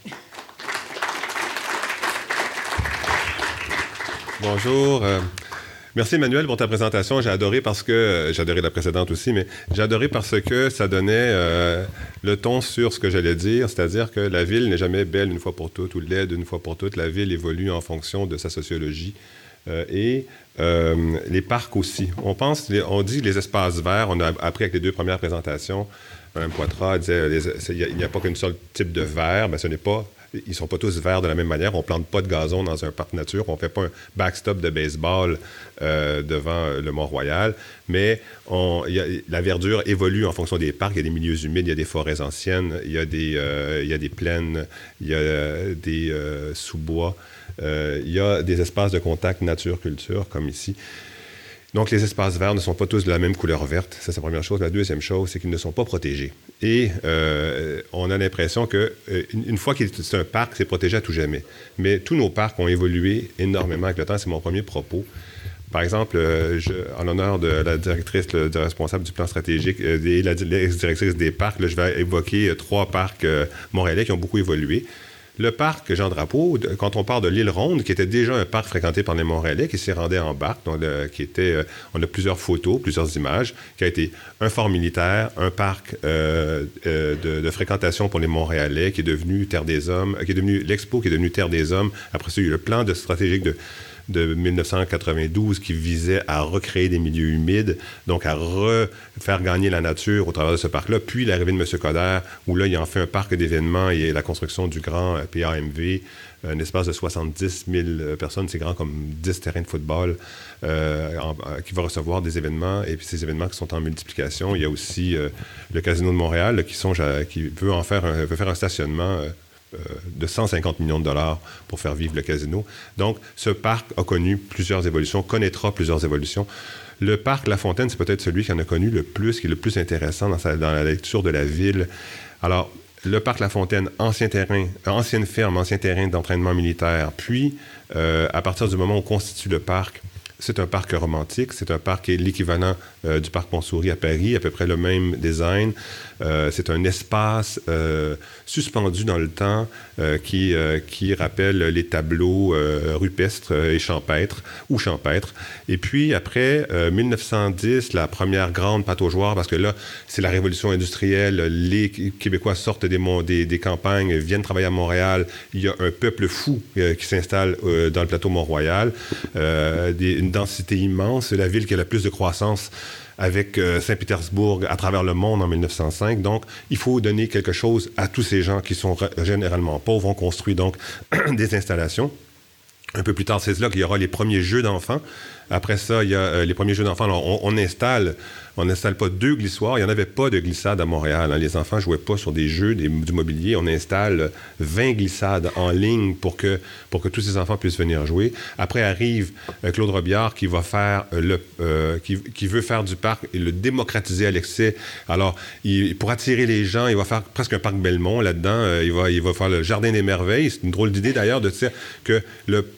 Speaker 5: Bonjour. Euh, merci Emmanuel pour ta présentation. J'ai adoré parce que, euh, j'ai adoré la précédente aussi, mais j'ai adoré parce que ça donnait euh, le ton sur ce que j'allais dire, c'est-à-dire que la ville n'est jamais belle une fois pour toutes ou laide une fois pour toutes. La ville évolue en fonction de sa sociologie. Euh, et euh, les parcs aussi. On pense, on dit les espaces verts, on a appris avec les deux premières présentations, Mme Poitras disait il n'y a, a pas qu'un seul type de vert, mais ce n'est pas, ils ne sont pas tous verts de la même manière. On ne plante pas de gazon dans un parc nature, on ne fait pas un backstop de baseball euh, devant le Mont-Royal, mais on, y a, la verdure évolue en fonction des parcs. Il y a des milieux humides, il y a des forêts anciennes, il y a des, euh, il y a des plaines, il y a euh, des euh, sous-bois. Euh, il y a des espaces de contact nature-culture, comme ici. Donc, les espaces verts ne sont pas tous de la même couleur verte. Ça, c'est la première chose. La deuxième chose, c'est qu'ils ne sont pas protégés. Et euh, on a l'impression qu'une euh, une fois que c'est un parc, c'est protégé à tout jamais. Mais tous nos parcs ont évolué énormément avec le temps. C'est mon premier propos. Par exemple, euh, je, en l'honneur de la directrice, le, de responsable du plan stratégique euh, et la directrice des parcs, là, je vais évoquer euh, trois parcs euh, montréalais qui ont beaucoup évolué. Le parc Jean-Drapeau, quand on part de l'île Ronde, qui était déjà un parc fréquenté par les Montréalais, qui s'y rendait en barque, donc le, qui était, euh, on a plusieurs photos, plusieurs images, qui a été un fort militaire, un parc euh, euh, de, de fréquentation pour les Montréalais, qui est devenu Terre des Hommes, qui est devenu l'Expo, qui est devenu Terre des Hommes. Après ça, il y a eu le plan de stratégique de de dix-neuf cent quatre-vingt-douze qui visait à recréer des milieux humides, donc à refaire gagner la nature au travers de ce parc-là. Puis l'arrivée de M. Coderre, où là, il en fait un parc d'événements et la construction du grand P A M V, un espace de soixante-dix mille personnes, c'est grand comme dix terrains de football, euh, en, qui va recevoir des événements, et puis ces événements qui sont en multiplication. Il y a aussi euh, le Casino de Montréal, là, qui, songe à, qui veut en faire un, veut faire un stationnement euh, de cent cinquante millions de dollars pour faire vivre le casino. Donc, ce parc a connu plusieurs évolutions, connaîtra plusieurs évolutions. Le parc La Fontaine, c'est peut-être celui qui en a connu le plus, qui est le plus intéressant dans, sa, dans la lecture de la ville. Alors, le parc La Fontaine, ancien terrain, ancienne ferme, ancien terrain d'entraînement militaire. Puis, euh, à partir du moment où on constitue le parc, c'est un parc romantique, c'est un parc qui est l'équivalent euh, du parc Montsouris à Paris, à peu près le même design. Euh, c'est un espace euh, suspendu dans le temps euh, qui, euh, qui rappelle les tableaux euh, rupestres et champêtres ou champêtres. Et puis après, euh, mille neuf cent dix, la première grande pataugeoire, parce que là, c'est la révolution industrielle, les Québécois sortent des, des, des campagnes, viennent travailler à Montréal, il y a un peuple fou euh, qui s'installe euh, dans le plateau Mont-Royal, euh, des, une densité immense, c'est la ville qui a la plus de croissance avec euh, Saint-Pétersbourg à travers le monde en mille neuf cent cinq. Donc, il faut donner quelque chose à tous ces gens qui sont r- généralement pauvres. On construit donc des installations. Un peu plus tard, c'est là qu'il y aura les premiers jeux d'enfants. Après ça, il y a euh, les premiers jeux d'enfants. Alors, on, on installe, on n'installe pas deux glissoires. Il n'y en avait pas de glissade à Montréal. Hein. Les enfants ne jouaient pas sur des jeux, des, du mobilier. On installe vingt glissades en ligne pour que, pour que tous ces enfants puissent venir jouer. Après arrive euh, Claude Robillard qui va faire euh, le, euh, qui, qui veut faire du parc et le démocratiser à l'excès. Alors, il, pour attirer les gens, il va faire presque un parc Belmont là-dedans. Euh, il va, il va faire le Jardin des Merveilles. C'est une drôle d'idée d'ailleurs de dire que le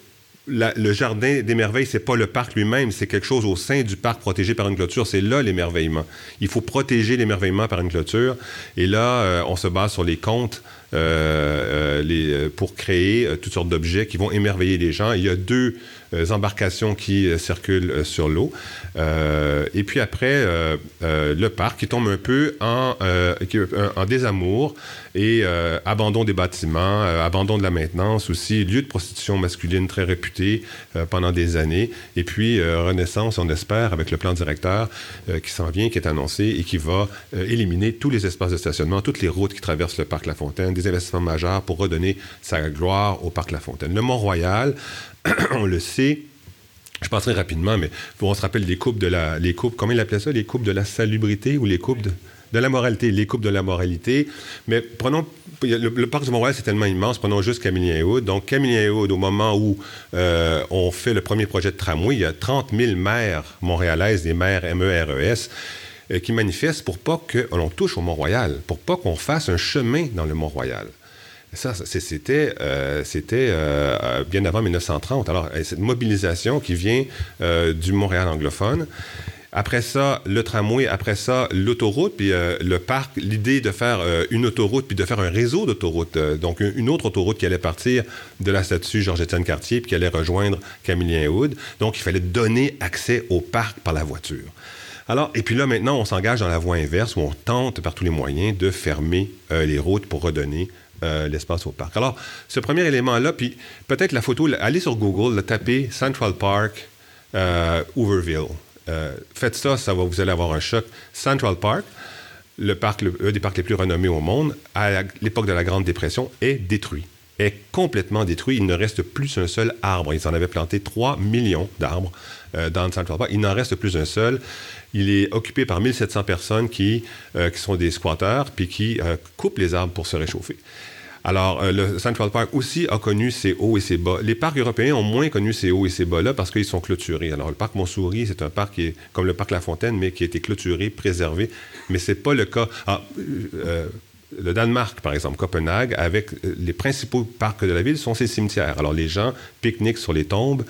Speaker 5: la, le jardin des merveilles, c'est pas le parc lui-même, c'est quelque chose au sein du parc protégé par une clôture. C'est là l'émerveillement. Il faut protéger l'émerveillement par une clôture. Et là, euh, on se base sur les contes euh, euh, les, pour créer euh, toutes sortes d'objets qui vont émerveiller les gens. Il y a deux euh, embarcations qui euh, circulent euh, sur l'eau. Euh, et puis après, euh, euh, le parc qui tombe un peu en, euh, en désamour et euh, abandon des bâtiments, euh, abandon de la maintenance aussi, lieu de prostitution masculine très réputé euh, pendant des années. Et puis, euh, renaissance, on espère, avec le plan directeur euh, qui s'en vient, qui est annoncé et qui va euh, éliminer tous les espaces de stationnement, toutes les routes qui traversent le parc La Fontaine, des investissements majeurs pour redonner sa gloire au parc La Fontaine. Le Mont-Royal, on le sait, je passerai rapidement, mais on se rappelle les coupes de la... Les coupes, comment il appelait ça? Les coupes de la salubrité ou les coupes de... De la moralité, les coupes de la moralité. Mais prenons, le, le parc du Mont-Royal, c'est tellement immense, prenons juste Camillien-et-Aude. Donc, Camillien-et-Aude, au moment où euh, on fait le premier projet de tramway, il y a trente mille maires montréalaises, des maires M E R E S, euh, qui manifestent pour pas qu'on touche au Mont-Royal, pour pas qu'on fasse un chemin dans le Mont-Royal. Ça, c'était, euh, c'était euh, bien avant mille neuf cent trente. Alors, cette mobilisation qui vient euh, du Montréal anglophone. Après ça, le tramway, après ça, l'autoroute, puis euh, le parc, l'idée de faire euh, une autoroute, puis de faire un réseau d'autoroutes, euh, donc une autre autoroute qui allait partir de la statue Georges-Étienne Cartier, puis qui allait rejoindre Camillien-et-Aude. Donc, il fallait donner accès au parc par la voiture. Alors, et puis là, maintenant, on s'engage dans la voie inverse, où on tente par tous les moyens de fermer euh, les routes pour redonner euh, l'espace au parc. Alors, ce premier élément-là, puis peut-être la photo, allez sur Google, le tapez Central Park, euh, Hooverville. Euh, faites ça, ça va, vous allez avoir un choc. Central Park, le parc, le, un des parcs les plus renommés au monde, à l'époque de la Grande Dépression, est détruit. Est complètement détruit. Il ne reste plus un seul arbre. Ils en avaient planté trois millions d'arbres euh, dans Central Park. Il n'en reste plus un seul. Il est occupé par mille sept cents personnes qui, euh, qui sont des squatteurs puis qui euh, coupent les arbres pour se réchauffer. Alors, euh, le Central Park aussi a connu ses hauts et ses bas. Les parcs européens ont moins connu ces hauts et ces bas-là parce qu'ils sont clôturés. Alors, le parc Montsouris, c'est un parc qui est comme le parc La Fontaine, mais qui a été clôturé, préservé. Mais ce n'est pas le cas. Ah, euh, le Danemark, par exemple, Copenhague, avec les principaux parcs de la ville, sont ces cimetières. Alors, les gens pique-niquent sur les tombes,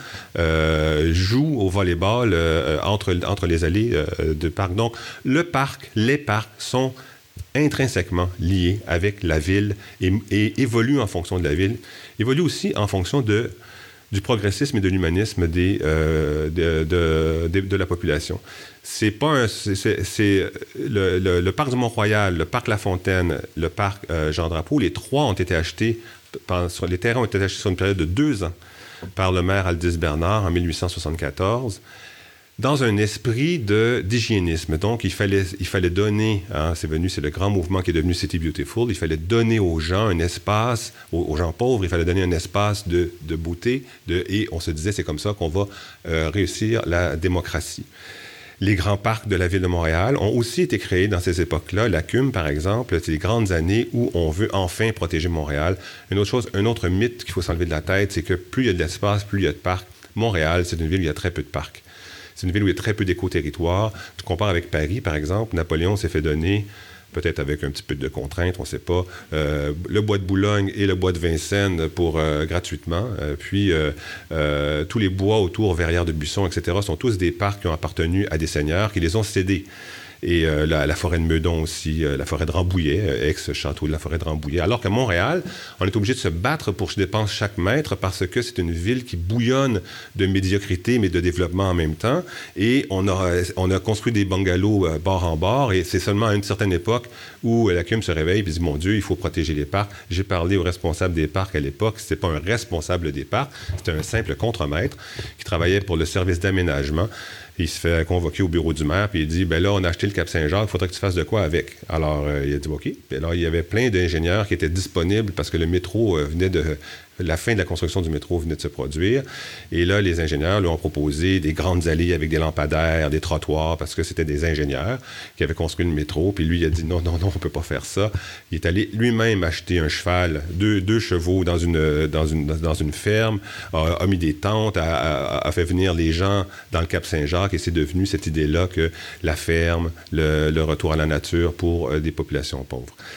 Speaker 5: euh, jouent au volleyball euh, entre, entre les allées euh, de parcs. Donc, le parc, les parcs sont intrinsèquement liés avec la ville et, et évoluent en fonction de la ville, évoluent aussi en fonction de, du progressisme et de l'humanisme des, euh, de, de, de, de la population. C'est pas un, c'est, c'est, c'est le, le, le parc du Mont-Royal, le parc La Fontaine, le parc euh, Jean-Drapeau, les trois ont été achetés, par, sur, les terrains ont été achetés sur une période de deux ans par le maire Aldis Bernard en dix-huit cent soixante-quatorze. Dans un esprit de, d'hygiénisme. Donc, il fallait, il fallait donner, hein, c'est venu, c'est le grand mouvement qui est devenu City Beautiful, il fallait donner aux gens un espace, aux, aux gens pauvres, il fallait donner un espace de, de beauté, de, et on se disait, c'est comme ça qu'on va euh, réussir la démocratie. Les grands parcs de la ville de Montréal ont aussi été créés dans ces époques-là. La C U M, par exemple, c'est les grandes années où on veut enfin protéger Montréal. Une autre chose, un autre mythe qu'il faut s'enlever de la tête, c'est que plus il y a de l'espace, plus il y a de parcs. Montréal, c'est une ville où il y a très peu de parcs. C'est une ville où il y a très peu d'éco-territoires. Tu compares avec Paris, par exemple. Napoléon s'est fait donner, peut-être avec un petit peu de contraintes, on ne sait pas, euh, le bois de Boulogne et le bois de Vincennes pour euh, gratuitement. Euh, puis, euh, euh, tous les bois autour, Verrières de Buisson, et cetera, sont tous des parcs qui ont appartenu à des seigneurs qui les ont cédés. Et euh, la, la forêt de Meudon aussi, euh, la forêt de Rambouillet, euh, ex-château de la forêt de Rambouillet. Alors qu'à Montréal, on est obligé de se battre pour que je dépense chaque mètre parce que c'est une ville qui bouillonne de médiocrité mais de développement en même temps. Et on a, on a construit des bungalows euh, bord en bord et c'est seulement à une certaine époque où euh, la C U M se réveille et dit « Mon Dieu, il faut protéger les parcs ». J'ai parlé au responsable des parcs à l'époque. C'était pas un responsable des parcs, c'était un simple contremaître qui travaillait pour le service d'aménagement. Il se fait convoquer au bureau du maire, puis il dit, ben là, on a acheté le Cap-Saint-Jacques, il faudrait que tu fasses de quoi avec? Alors, euh, il a dit, OK. Puis alors, il y avait plein d'ingénieurs qui étaient disponibles parce que le métro euh, venait de... La fin de la construction du métro venait de se produire. Et là, les ingénieurs lui ont proposé des grandes allées avec des lampadaires, des trottoirs, parce que c'était des ingénieurs qui avaient construit le métro. Puis lui, il a dit, non, non, non, on ne peut pas faire ça. Il est allé lui-même acheter un cheval, deux, deux chevaux dans une, dans une, dans une ferme, a, a mis des tentes, a, a, a fait venir les gens dans le Cap-Saint-Jacques. Et c'est devenu cette idée-là que la ferme, le, le retour à la nature pour euh, des populations pauvres.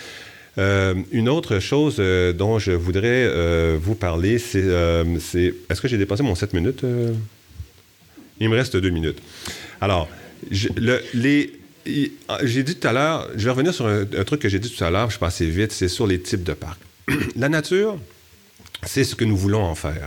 Speaker 5: Euh, une autre chose euh, dont je voudrais euh, vous parler, c'est, euh, c'est... Est-ce que j'ai dépassé mon sept minutes? Euh? Il me reste deux minutes. Alors, je, le, les, j'ai dit tout à l'heure, je vais revenir sur un, un truc que j'ai dit tout à l'heure, je passe vite, c'est sur les types de parcs. La nature, c'est ce que nous voulons en faire.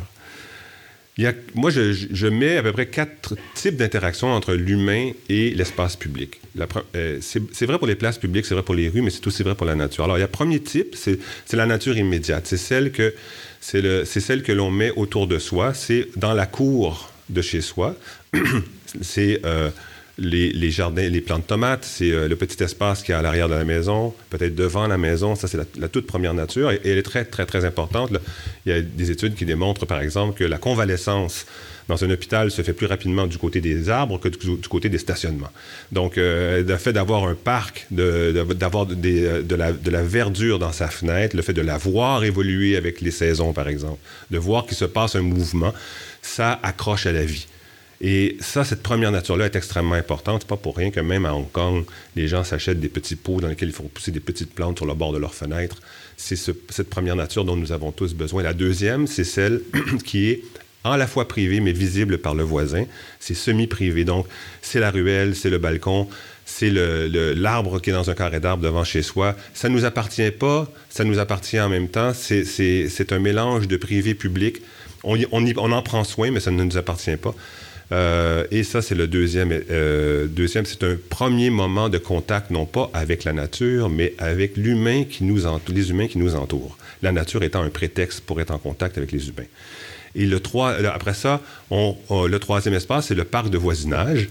Speaker 5: Il y a, moi, je, je mets à peu près quatre types d'interactions entre l'humain et l'espace public. La, euh, c'est, c'est vrai pour les places publiques, c'est vrai pour les rues, mais c'est aussi vrai pour la nature. Alors, il y a le premier type, c'est, c'est la nature immédiate. C'est celle que, c'est le, c'est celle que l'on met autour de soi. C'est dans la cour de chez soi. c'est euh, les, les jardins, les plants de tomates. C'est euh, le petit espace qu'il y a à l'arrière de la maison, peut-être devant la maison. Ça, c'est la, la toute première nature. Et, et elle est très, très, très importante. Là. Il y a des études qui démontrent, par exemple, que la convalescence dans un hôpital se fait plus rapidement du côté des arbres que du, du côté des stationnements. Donc, euh, le fait d'avoir un parc, de, de, d'avoir des, de, la, de la verdure dans sa fenêtre, le fait de la voir évoluer avec les saisons, par exemple, de voir qu'il se passe un mouvement, ça accroche à la vie. Et ça, cette première nature-là est extrêmement importante. C'est pas pour rien que même à Hong Kong, les gens s'achètent des petits pots dans lesquels ils font pousser des petites plantes sur le bord de leur fenêtre. C'est ce, cette première nature dont nous avons tous besoin. La deuxième, c'est celle qui est à la fois privée, mais visible par le voisin. C'est semi-privé. Donc, c'est la ruelle, c'est le balcon, c'est le, le, l'arbre qui est dans un carré d'arbre devant chez soi. Ça ne nous appartient pas, ça nous appartient en même temps. C'est, c'est, c'est un mélange de privé-public. On, on, y, on en prend soin, mais ça ne nous appartient pas. Euh, et ça, c'est le deuxième. Euh, deuxième, c'est un premier moment de contact, non pas avec la nature, mais avec l'humain qui nous entoure, les humains qui nous entourent. La nature étant un prétexte pour être en contact avec les humains. Et le trois, après ça, on, on, le troisième espace, c'est le parc de voisinage.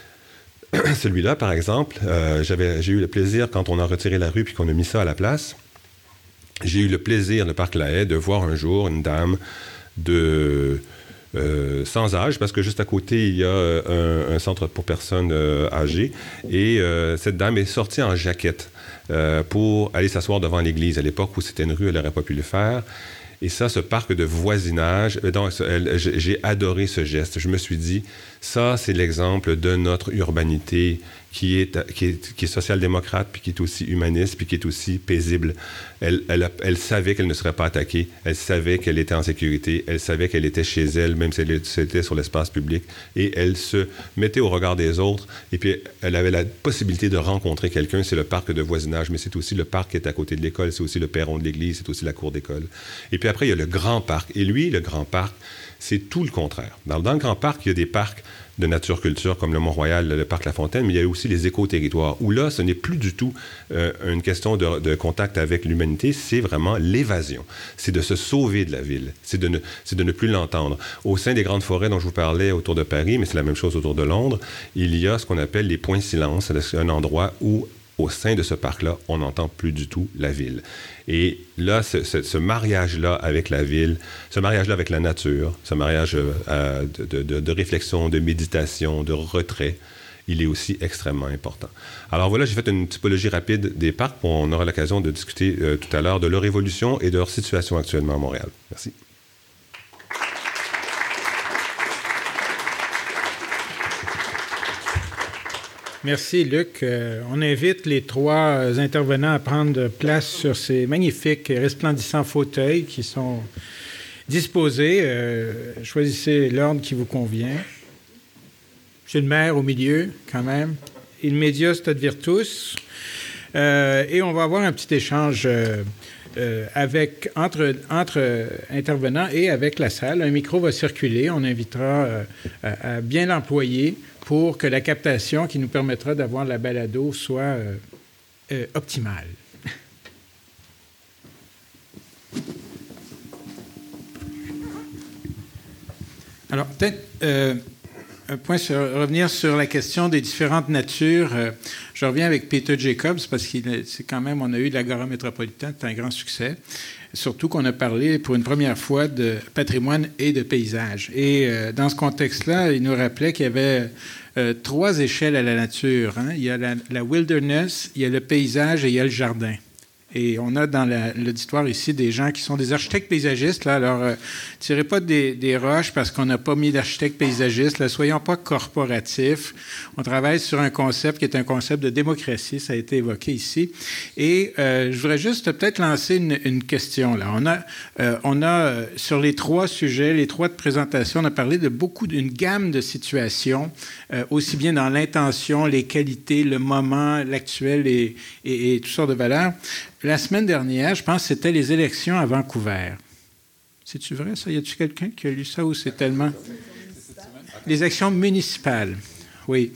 Speaker 5: Celui-là, par exemple, euh, j'avais, j'ai eu le plaisir, quand on a retiré la rue puis qu'on a mis ça à la place, j'ai eu le plaisir, le parc La Haye, de voir un jour une dame de... Euh, sans âge, parce que juste à côté, il y a euh, un, un centre pour personnes euh, âgées. Et euh, cette dame est sortie en jaquette euh, pour aller s'asseoir devant l'église. À l'époque où c'était une rue, elle n'aurait pas pu le faire. Et ça, ce parc de voisinage, donc, elle, j'ai adoré ce geste. Je me suis dit, ça, c'est l'exemple de notre urbanité qui est, qui est, qui est social-démocrate, puis qui est aussi humaniste, puis qui est aussi paisible. Elle, elle, elle savait qu'elle ne serait pas attaquée. Elle savait qu'elle était en sécurité. Elle savait qu'elle était chez elle, même si elle était sur l'espace public. Et elle se mettait au regard des autres. Et puis, elle avait la possibilité de rencontrer quelqu'un. C'est le parc de voisinage, mais c'est aussi le parc qui est à côté de l'école. C'est aussi le perron de l'église. C'est aussi la cour d'école. Et puis après, il y a le grand parc. Et lui, le grand parc, c'est tout le contraire. Dans, dans le grand parc, il y a des parcs de nature-culture comme le Mont-Royal, le parc La Fontaine, mais il y a aussi les éco-territoires, où là, ce n'est plus du tout euh, une question de, de contact avec l'humanité, c'est vraiment l'évasion. C'est de se sauver de la ville, c'est de ne, c'est de ne plus l'entendre. Au sein des grandes forêts dont je vous parlais autour de Paris, mais c'est la même chose autour de Londres, il y a ce qu'on appelle les points silence, c'est un endroit où, au sein de ce parc-là, on n'entend plus du tout la ville. Et là, ce, ce, ce mariage-là avec la ville, ce mariage-là avec la nature, ce mariage euh, de, de, de réflexion, de méditation, de retrait, il est aussi extrêmement important. Alors voilà, j'ai fait une typologie rapide des parcs. On aura l'occasion de discuter euh, tout à l'heure de leur évolution et de leur situation actuellement à Montréal. Merci.
Speaker 2: Merci, Luc. Euh, on invite les trois intervenants à prendre place sur ces magnifiques et resplendissants fauteuils qui sont disposés. Euh, choisissez l'ordre qui vous convient. Monsieur le maire au milieu, quand même. Il media stat virtus. Euh, et on va avoir un petit échange euh, euh, avec, entre, entre intervenants et avec la salle. Un micro va circuler. On invitera euh, à, à bien l'employer pour que la captation qui nous permettra d'avoir la balado soit euh, euh, optimale. Alors, peut-être euh, un point sur revenir sur la question des différentes natures. Euh, je reviens avec Peter Jacobs parce que c'est quand même, on a eu de l'Agora métropolitaine, c'est un grand succès. Surtout qu'on a parlé pour une première fois de patrimoine et de paysage. Et euh, dans ce contexte-là, il nous rappelait qu'il y avait euh, trois échelles à la nature. Hein? Il y a la, la wilderness, il y a le paysage et il y a le jardin. Et on a dans la, l'auditoire ici des gens qui sont des architectes paysagistes. Là, alors, euh, tirez pas des, des roches parce qu'on n'a pas mis d'architectes paysagistes. Là, soyons pas corporatifs. On travaille sur un concept qui est un concept de démocratie. Ça a été évoqué ici. Et euh, je voudrais juste peut-être lancer une, une question. Là, on a, euh, on a euh, sur les trois sujets, les trois de présentation, on a parlé de beaucoup d'une gamme de situations, euh, aussi bien dans l'intention, les qualités, le moment, l'actuel et, et, et toutes sortes de valeurs. La semaine dernière, je pense que c'était les élections à Vancouver. C'est-tu vrai, ça? Y a-t-il quelqu'un qui a lu ça ou c'est tellement... Les élections municipales, oui.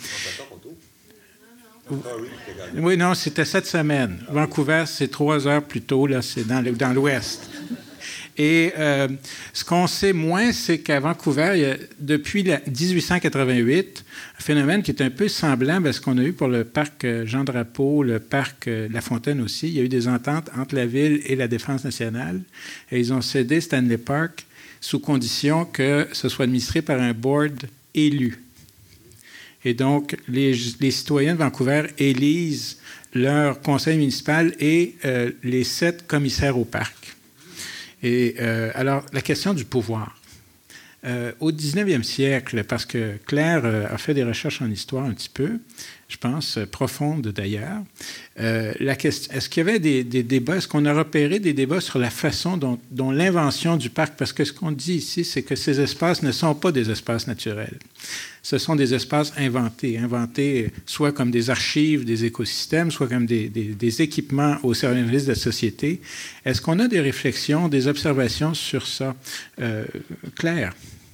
Speaker 2: Oui, non, c'était cette semaine. Vancouver, c'est trois heures plus tôt, là, c'est dans, le, dans l'ouest. Et euh, ce qu'on sait moins, c'est qu'à Vancouver, il y a, depuis la, dix-huit cent quatre-vingt-huit, un phénomène qui est un peu semblant à ce qu'on a eu pour le parc Jean Drapeau, le parc La Fontaine aussi. Il y a eu des ententes entre la ville et la Défense nationale. Et ils ont cédé Stanley Park sous condition que ce soit administré par un board élu. Et donc, les, les citoyens de Vancouver élisent leur conseil municipal et euh, les sept commissaires au parc. Et euh, alors, la question du pouvoir. Euh, au dix-neuvième siècle, parce que Claire euh, a fait des recherches en histoire un petit peu, je pense, euh, profondes d'ailleurs, euh, la question, est-ce qu'il y avait des, des débats, est-ce qu'on a repéré des débats sur la façon dont, dont l'invention du parc, parce que ce qu'on dit ici, c'est que ces espaces ne sont pas des espaces naturels. Ce sont des espaces inventés, inventés soit comme des archives des écosystèmes, soit comme des, des, des équipements au service de la société. Est-ce qu'on a des réflexions, des observations sur ça? Euh, Claire?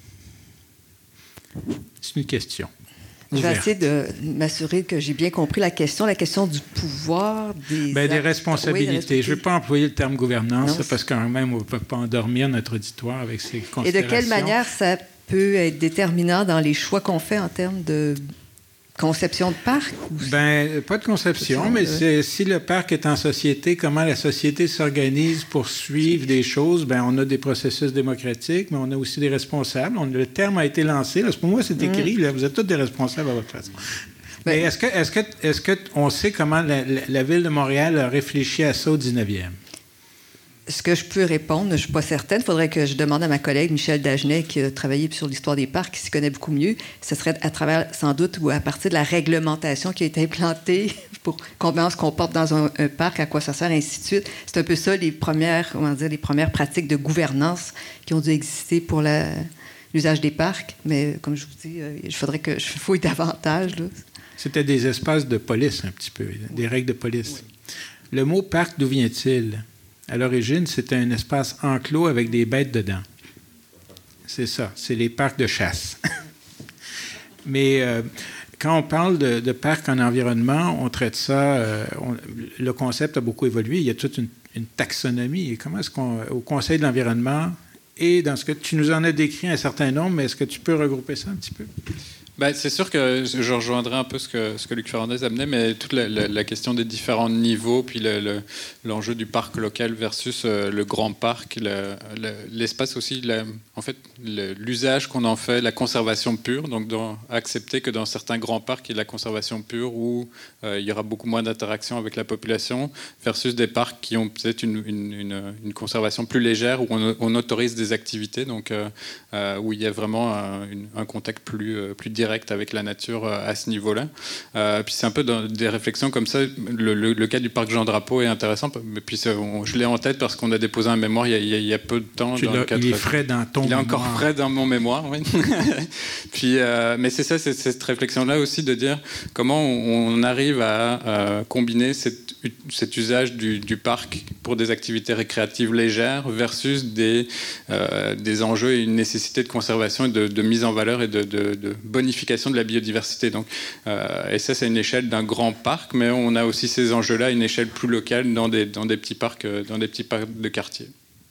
Speaker 2: C'est une question.
Speaker 3: Je vais essayer de m'assurer que j'ai bien compris la question, la question du pouvoir, des...
Speaker 2: Bien, des responsabilités.
Speaker 3: Oui, des
Speaker 2: je ne veux pas employer le terme gouvernance, non, parce que quand même, on ne peut pas endormir notre auditoire avec ces considérations.
Speaker 3: Et de quelle manière ça peut être déterminant dans les choix qu'on fait en termes de conception de parc?
Speaker 2: Bien, pas de conception, mais c'est, si le parc est en société, comment la société s'organise pour suivre des choses? Bien, on a des processus démocratiques, mais on a aussi des responsables. On, le terme a été lancé. Là, pour moi, c'est écrit. Mmh. Là, vous êtes tous des responsables à votre façon. Mais est-ce que, est-ce que, est-ce que on sait comment la, la, la Ville de Montréal a réfléchi à ça au dix-neuvième?
Speaker 3: Ce que je peux répondre, je ne suis pas certaine. Il faudrait que je demande à ma collègue Michel Dagenet, qui a travaillé sur l'histoire des parcs, qui s'y connaît beaucoup mieux. Ce serait à travers, sans doute, ou à partir de la réglementation qui a été implantée pour comment on se comporte dans un, un parc, à quoi ça sert, ainsi de suite. C'est un peu ça, les premières, comment dire, les premières pratiques de gouvernance qui ont dû exister pour la, l'usage des parcs. Mais comme je vous dis, il faudrait que je fouille davantage, là.
Speaker 2: C'était des espaces de police, un petit peu, des règles de police. Oui. Le mot « parc », d'où vient-il? À l'origine, c'était un espace enclos avec des bêtes dedans. C'est ça, c'est les parcs de chasse. Mais euh, quand on parle de, de parcs en environnement, on traite ça, euh, on, le concept a beaucoup évolué. Il y a toute une, une taxonomie. Et comment est-ce qu'on, au Conseil de l'environnement, et dans ce que tu nous en as décrit un certain nombre, mais est-ce que tu peux regrouper ça un petit peu?
Speaker 4: Ben, c'est sûr que je rejoindrai un peu ce que, ce que Luc Ferrandez amenait, mais toute la, la, la question des différents niveaux, puis le, le, l'enjeu du parc local versus euh, le grand parc, le, le, l'espace aussi, la, en fait, le, l'usage qu'on en fait, la conservation pure, donc dans, accepter que dans certains grands parcs, il y a la conservation pure où euh, il y aura beaucoup moins d'interaction avec la population, versus des parcs qui ont peut-être une, une, une, une conservation plus légère, où on, on autorise des activités, donc euh, euh, où il y a vraiment un, une, un contact plus, euh, plus direct avec la nature à ce niveau-là. Euh, puis c'est un peu dans des réflexions comme ça. Le, le, le cas du parc Jean Drapeau est intéressant. Mais puis on, je l'ai en tête parce qu'on a déposé un mémoire il y a, il y a, il y a peu de temps.
Speaker 2: Tu dans il est frais dans ton
Speaker 4: il
Speaker 2: mémoire.
Speaker 4: Il est encore frais dans mon mémoire, oui. Puis, euh, mais c'est ça, c'est cette réflexion-là aussi de dire comment on, on arrive à euh, combiner cette, cet usage du, du parc pour des activités récréatives légères versus des, euh, des enjeux et une nécessité de conservation et de, de mise en valeur et de, de, de bonification de la biodiversité. Donc, euh, et ça, c'est une échelle d'un grand parc, mais on a aussi ces enjeux-là à une échelle plus locale dans des, dans des petits parcs, dans des petits parcs de quartier.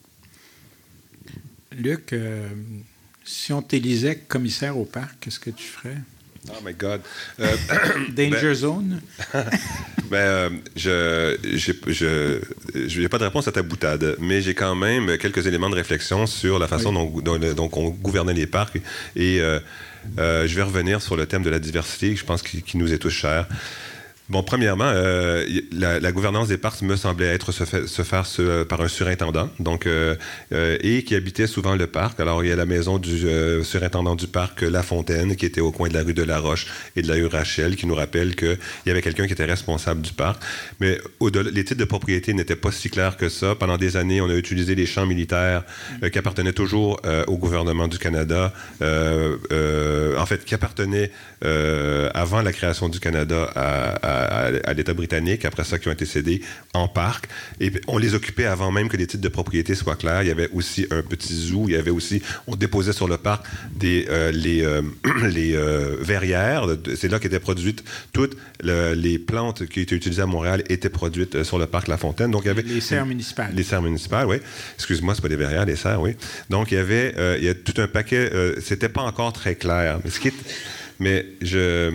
Speaker 2: Luc, euh, si on t'élisait commissaire au parc, qu'est-ce que tu ferais?
Speaker 5: Oh my God. Euh,
Speaker 2: Danger
Speaker 5: ben,
Speaker 2: zone?
Speaker 5: ben, euh, je je n'ai pas de réponse à ta boutade, mais j'ai quand même quelques éléments de réflexion sur la façon oui. dont, dont, dont on gouvernait les parcs. Et euh, euh, je vais revenir sur le thème de la diversité, je pense qu'il, qu'il nous est tous cher. Bon, premièrement, euh, la, la gouvernance des parcs me semblait être se, fait, se faire ce, par un surintendant, donc euh, euh, et qui habitait souvent le parc. Alors, il y a la maison du euh, surintendant du parc La Fontaine, qui était au coin de la rue de la Roche et de la rue Rachel, qui nous rappelle qu'il y avait quelqu'un qui était responsable du parc. Mais au-delà, les titres de propriété n'étaient pas si clairs que ça. Pendant des années, on a utilisé les champs militaires euh, qui appartenaient toujours euh, au gouvernement du Canada, euh, euh, en fait, qui appartenaient euh, avant la création du Canada à, à À, à l'État britannique, après ça, qui ont été cédés en parc. Et on les occupait avant même que les titres de propriété soient clairs. Il y avait aussi un petit zoo. Il y avait aussi... On déposait sur le parc des, euh, les, euh, les euh, verrières. C'est là qu'étaient produites toutes le, les plantes qui étaient utilisées à Montréal étaient produites sur le parc La Fontaine. Donc, il y avait...
Speaker 2: Les serres municipales.
Speaker 5: Les serres municipales, oui. Excuse-moi, c'est pas des verrières, les serres, oui. Donc, il y avait euh, il y a tout un paquet... Euh, c'était pas encore très clair. Mais ce qui est... Mais je...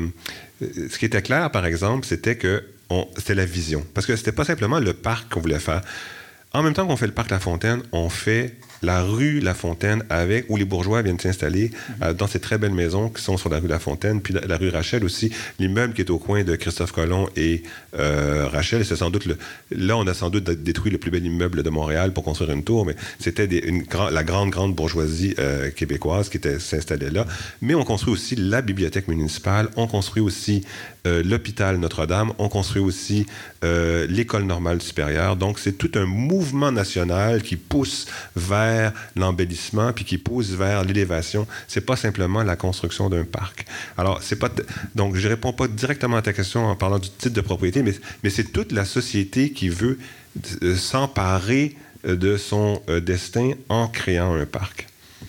Speaker 5: Ce qui était clair, par exemple, c'était que on, c'était la vision. Parce que c'était pas simplement le parc qu'on voulait faire. En même temps qu'on fait le parc La Fontaine, on fait la rue La Fontaine, avec, où les bourgeois viennent s'installer mm-hmm. euh, dans ces très belles maisons qui sont sur la rue La Fontaine, puis la, la rue Rachel aussi, l'immeuble qui est au coin de Christophe Colomb et euh, Rachel. C'est sans doute le, là, on a sans doute détruit le plus bel immeuble de Montréal pour construire une tour, mais c'était des, une, la grande, grande bourgeoisie euh, québécoise qui était, s'installait là. Mais on construit aussi la bibliothèque municipale, on construit aussi euh, l'hôpital Notre-Dame, on construit aussi euh, l'école normale supérieure. Donc, c'est tout un mouvement national qui pousse vers l'embellissement puis qui pousse vers l'élévation. C'est pas simplement la construction d'un parc. Alors, c'est pas... T- donc, je réponds pas directement à ta question en parlant du titre de propriété, mais, mais c'est toute la société qui veut euh, s'emparer de son euh, destin en créant un parc.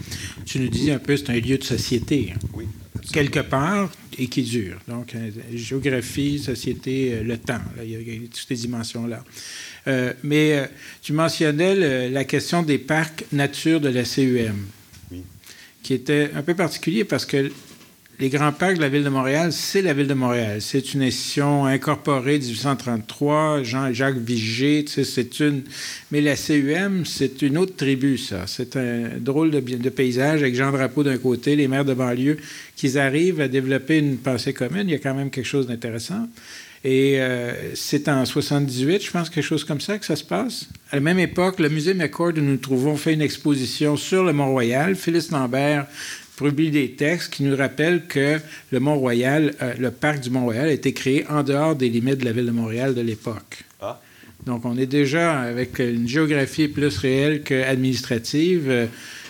Speaker 2: Tu nous dis un peu, c'est un lieu de société. Hein.
Speaker 5: Oui.
Speaker 2: Quelque part, et qui dure. Donc, euh, géographie, société, euh, le temps. Là, il y a, il y a toutes ces dimensions-là. Euh, mais euh, tu mentionnais le, la question des parcs nature de la C U M,
Speaker 5: oui.
Speaker 2: qui était un peu particulier parce que les grands parcs de la Ville de Montréal, c'est la Ville de Montréal. C'est une institution incorporée dix-huit cent trente-trois, Jean-Jacques Vigée, tu sais, c'est une... Mais la C U M, c'est une autre tribu, ça. C'est un drôle de, de paysage avec Jean Drapeau d'un côté, les maires de banlieue, qui arrivent à développer une pensée commune. Il y a quand même quelque chose d'intéressant. Et euh, c'est en soixante-dix-huit, je pense, quelque chose comme ça que ça se passe. À la même époque, le musée McCord où nous nous trouvons fait une exposition sur le Mont-Royal. Phyllis Lambert publie des textes qui nous rappellent que le Mont-Royal, euh, le parc du Mont-Royal a été créé en dehors des limites de la ville de Montréal de l'époque. Ah. Donc, on est déjà avec une géographie plus réelle qu'administrative. Euh,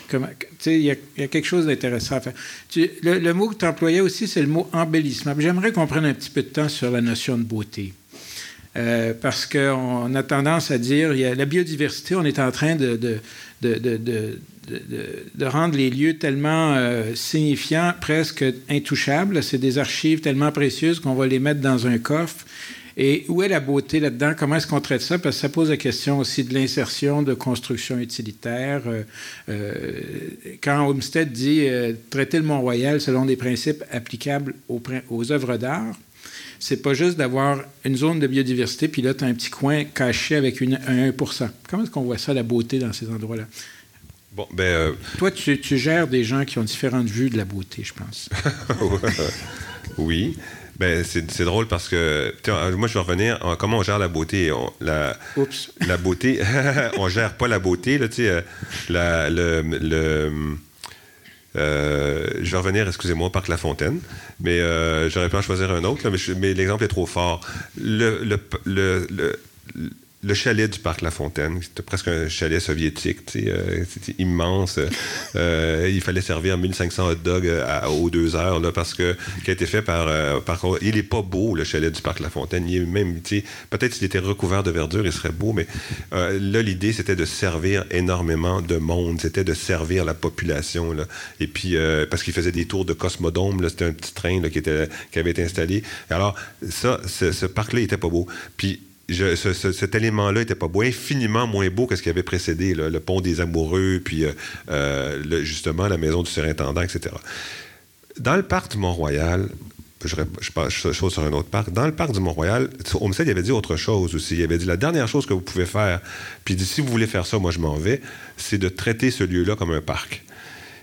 Speaker 2: Il y, y a quelque chose d'intéressant à faire. Tu, le, le mot que tu employais aussi, c'est le mot embellissement. J'aimerais qu'on prenne un petit peu de temps sur la notion de beauté. Euh, parce qu'on a tendance à dire, il y a la biodiversité, on est en train de, de, de, de, de, de, de rendre les lieux tellement euh, signifiants, presque intouchables. C'est des archives tellement précieuses qu'on va les mettre dans un coffre. Et où est la beauté là-dedans? Comment est-ce qu'on traite ça? Parce que ça pose la question aussi de l'insertion de construction utilitaire. Euh, euh, quand Olmsted dit euh, traiter le Mont-Royal selon des principes applicables aux, aux œuvres d'art, c'est pas juste d'avoir une zone de biodiversité, puis là, tu as un petit coin caché avec une, un un pour cent. Comment est-ce qu'on voit ça, la beauté, dans ces endroits-là?
Speaker 5: Bon, ben... Euh...
Speaker 2: Toi, tu, tu gères des gens qui ont différentes vues de la beauté, je pense.
Speaker 5: Oui. Ben, c'est, c'est drôle parce que, moi, je vais revenir, en, comment on gère la beauté? On, la,
Speaker 2: Oups.
Speaker 5: La beauté, on gère pas la beauté, là, tu sais, la, le... le Euh, je vais revenir, excusez-moi, au parc La Fontaine, mais euh, j'aurais pu en choisir un autre, là, mais, je, mais l'exemple est trop fort. Le, le, le, le, le chalet du parc La Fontaine, c'était presque un chalet soviétique, tu sais, euh, c'était immense. Euh, il fallait servir mille cinq cents hot dogs à, aux deux heures, là, parce que, qui a été fait par, euh, par... Il n'est pas beau, le chalet du parc La Fontaine. Il est même, tu sais, peut-être s'il était recouvert de verdure, il serait beau, mais euh, là, l'idée, c'était de servir énormément de monde. C'était de servir la population, là. Et puis, euh, parce qu'il faisait des tours de Cosmodome, là, c'était un petit train là, qui, était, qui avait été installé. Alors, ça, ce, ce parc-là, il n'était pas beau. Puis, Je, ce, ce, cet élément-là n'était pas beau, infiniment moins beau que ce qui avait précédé, là, le pont des Amoureux, puis euh, euh, le, justement la maison du surintendant, et cetera. Dans le parc du Mont-Royal, je, je passe chose sur un autre parc, dans le parc du Mont-Royal, Olmsted il avait dit autre chose aussi. Il avait dit la dernière chose que vous pouvez faire, puis il dit si vous voulez faire ça, moi je m'en vais, c'est de traiter ce lieu-là comme un parc.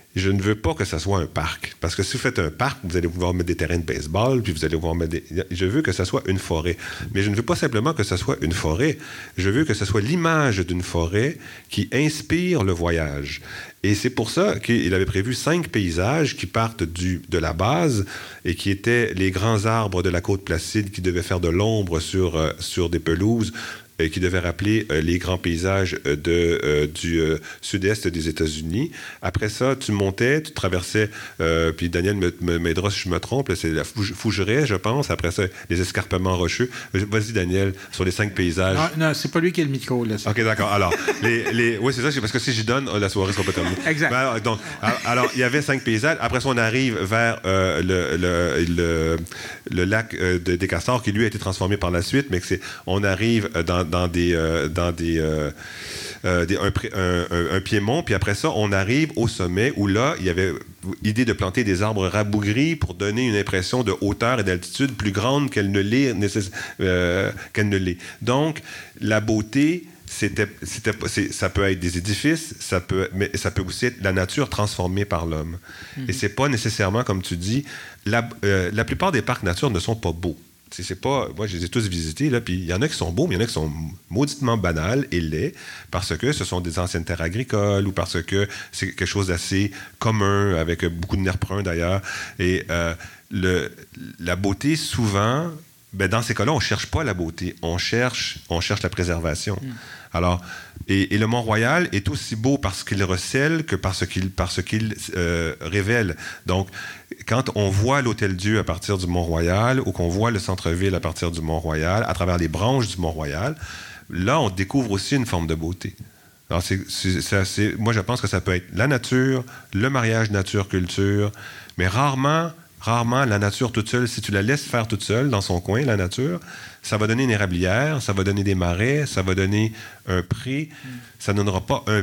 Speaker 5: je ne veux pas que ça soit un parc. Parce que si vous faites un parc, vous allez pouvoir mettre des terrains de baseball, puis vous allez pouvoir mettre des... Je veux que ça soit une forêt. Mais je ne veux pas simplement que ça soit une forêt. Je veux que ce soit l'image d'une forêt qui inspire le voyage. Et c'est pour ça qu'il avait prévu cinq paysages qui partent du, de la base et qui étaient les grands arbres de la côte Placide qui devaient faire de l'ombre sur, euh, sur des pelouses, euh, qui devaient rappeler euh, les grands paysages euh, de, euh, du euh, sud-est des États-Unis. Après ça, tu montais, tu traversais, euh, puis Daniel me, me, m'aidera si je me trompe, là, c'est la Fouge- Fougeraie, je pense. Après ça, les escarpements rocheux. Vas-y, Daniel, sur les cinq paysages.
Speaker 2: Non, non c'est pas lui qui a le micro, là.
Speaker 5: OK, d'accord. Alors, les, les... oui, c'est ça, c'est parce que si j'y donne, la soirée sera pas terminée.
Speaker 2: Exact.
Speaker 5: Ben, alors, donc, alors, il y avait cinq paysages. Après ça, on arrive vers euh, le, le, le, le lac euh, de, des Castors, qui lui a été transformé par la suite, mais que c'est, on arrive dans, dans des, euh, dans des, euh, euh, des un, un, un, un piémont, puis après ça, on arrive au sommet où là, il y avait l'idée de planter des arbres rabougris pour donner une impression de hauteur et d'altitude plus grande qu'elle ne l'est. Nécess... Euh, qu'elle ne l'est. Donc, la beauté... C'était, c'était, c'est, ça peut être des édifices, ça peut, mais ça peut aussi être la nature transformée par l'homme. Mm-hmm. Et c'est pas nécessairement, comme tu dis, la, euh, la plupart des parcs nature ne sont pas beaux. C'est, c'est pas, moi, je les ai tous visités, là, puis il y en a qui sont beaux, mais il y en a qui sont mauditement banals et laids, parce que ce sont des anciennes terres agricoles ou parce que c'est quelque chose d'assez commun, avec beaucoup de nerfs bruns d'ailleurs. Et euh, le, la beauté, souvent... Ben, dans ces cas-là, on ne cherche pas la beauté, on cherche, on cherche la préservation. Mm. Alors, et, et le Mont-Royal est aussi beau parce qu'il recèle que parce qu'il, parce qu'il euh, révèle. Donc, quand on voit l'Hôtel-Dieu à partir du Mont-Royal ou qu'on voit le centre-ville à partir du Mont-Royal, à travers les branches du Mont-Royal, là, on découvre aussi une forme de beauté. Alors, c'est, c'est, c'est, c'est, moi, je pense que ça peut être la nature, le mariage nature-culture, mais rarement... Rarement, la nature toute seule, si tu la laisses faire toute seule dans son coin, la nature, ça va donner une érablière, ça va donner des marais, ça va donner un pré. Mm. Ça ne donnera pas un...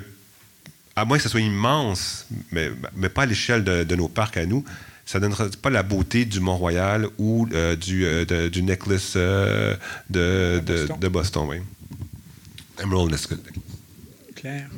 Speaker 5: À moins que ça soit immense, mais, mais pas à l'échelle de, de nos parcs à nous, ça ne donnera pas la beauté du Mont-Royal ou euh, du, euh, de, du necklace euh, de, de, Boston. de Boston. Oui. Emerald Necklace.
Speaker 2: Claire.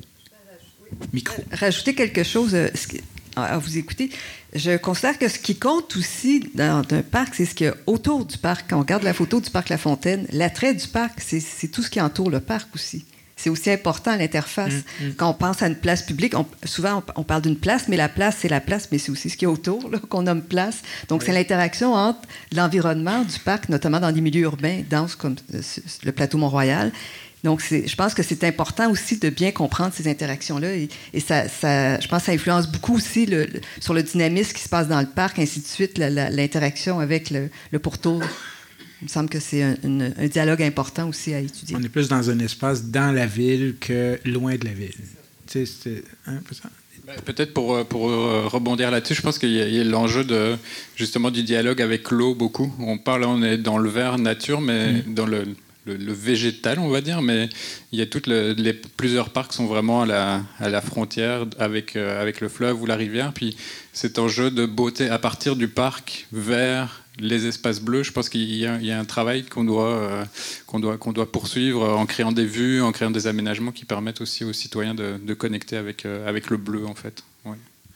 Speaker 2: Micro.
Speaker 3: Rajouter quelque chose... Euh, à vous écouter, je considère que ce qui compte aussi dans un parc, c'est ce qu'il y a autour du parc. Quand on regarde la photo du parc La Fontaine, l'attrait du parc, c'est, c'est tout ce qui entoure le parc aussi. C'est aussi important, l'interface. Mmh, mmh. Quand on pense à une place publique, on, souvent on, on parle d'une place, mais la place, c'est la place, mais c'est aussi ce qu'il y a autour, là, qu'on nomme place. Donc, oui. C'est l'interaction entre l'environnement du parc, notamment dans des milieux urbains denses comme le plateau Mont-Royal. Donc, c'est, je pense que c'est important aussi de bien comprendre ces interactions-là. Et, et ça, ça, je pense que ça influence beaucoup aussi le, le, sur le dynamisme qui se passe dans le parc, ainsi de suite, la, la, l'interaction avec le, le pourtour. Il me semble que c'est un, un, un dialogue important aussi à étudier.
Speaker 2: On est plus dans un espace dans la ville que loin de la ville. Tu sais, c'est un peu ça.
Speaker 4: Peut-être pour, pour rebondir là-dessus, je pense qu'il y a, il y a l'enjeu de, justement du dialogue avec l'eau beaucoup. On parle, on est dans le vert nature, mais mmh. dans le... Le, le végétal, on va dire, mais il y a toutes le, les plusieurs parcs sont vraiment à la, à la frontière avec, euh, avec le fleuve ou la rivière. Puis cet enjeu de beauté à partir du parc vers les espaces bleus, je pense qu'il y a, il y a un travail qu'on doit, euh, qu'on doit, qu'on doit poursuivre en créant des vues, en créant des aménagements qui permettent aussi aux citoyens de, de connecter avec, euh, avec le bleu, en fait. Ouais.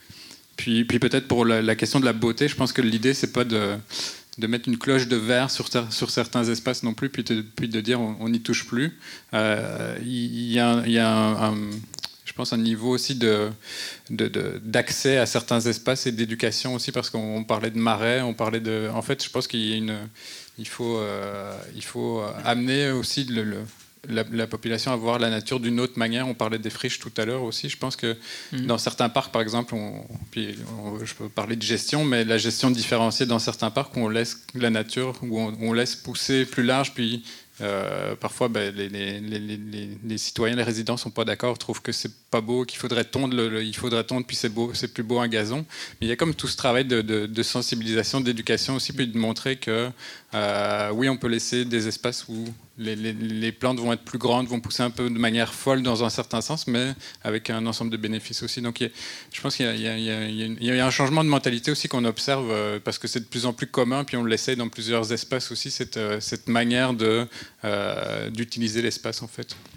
Speaker 4: Puis, puis peut-être pour la, la question de la beauté, je pense que l'idée, c'est pas de... de mettre une cloche de verre sur, sur certains espaces non plus, puis de, puis de dire on n'y touche plus. Euh, il y a, il y a un, un, je pense un niveau aussi de, de, de, d'accès à certains espaces et d'éducation aussi, parce qu'on parlait de marais, on parlait de... En fait, je pense qu'il y a une... Il faut, euh, il faut amener aussi le... le La, la population à voir la nature d'une autre manière. On parlait des friches tout à l'heure aussi. Je pense que mmh. dans certains parcs, par exemple, on, puis on, je peux parler de gestion, mais la gestion différenciée dans certains parcs où on laisse la nature, où on, on laisse pousser plus large, puis euh, parfois ben, les, les, les, les, les citoyens, les résidents sont pas d'accord, trouvent que c'est pas beau, qu'il faudrait tondre, le, le, il faudrait tondre, puis c'est beau, c'est plus beau un gazon. Mais il y a comme tout ce travail de, de, de sensibilisation, d'éducation aussi, puis de montrer que euh, oui, on peut laisser des espaces où Les, les, les plantes vont être plus grandes, vont pousser un peu de manière folle dans un certain sens, mais avec un ensemble de bénéfices aussi. Donc il y a, je pense qu'il y a, il y a, il y a, il y a un changement de mentalité aussi qu'on observe, euh, parce que c'est de plus en plus commun, puis on l'essaye dans plusieurs espaces aussi, cette, euh, cette manière de, euh, d'utiliser l'espace en fait.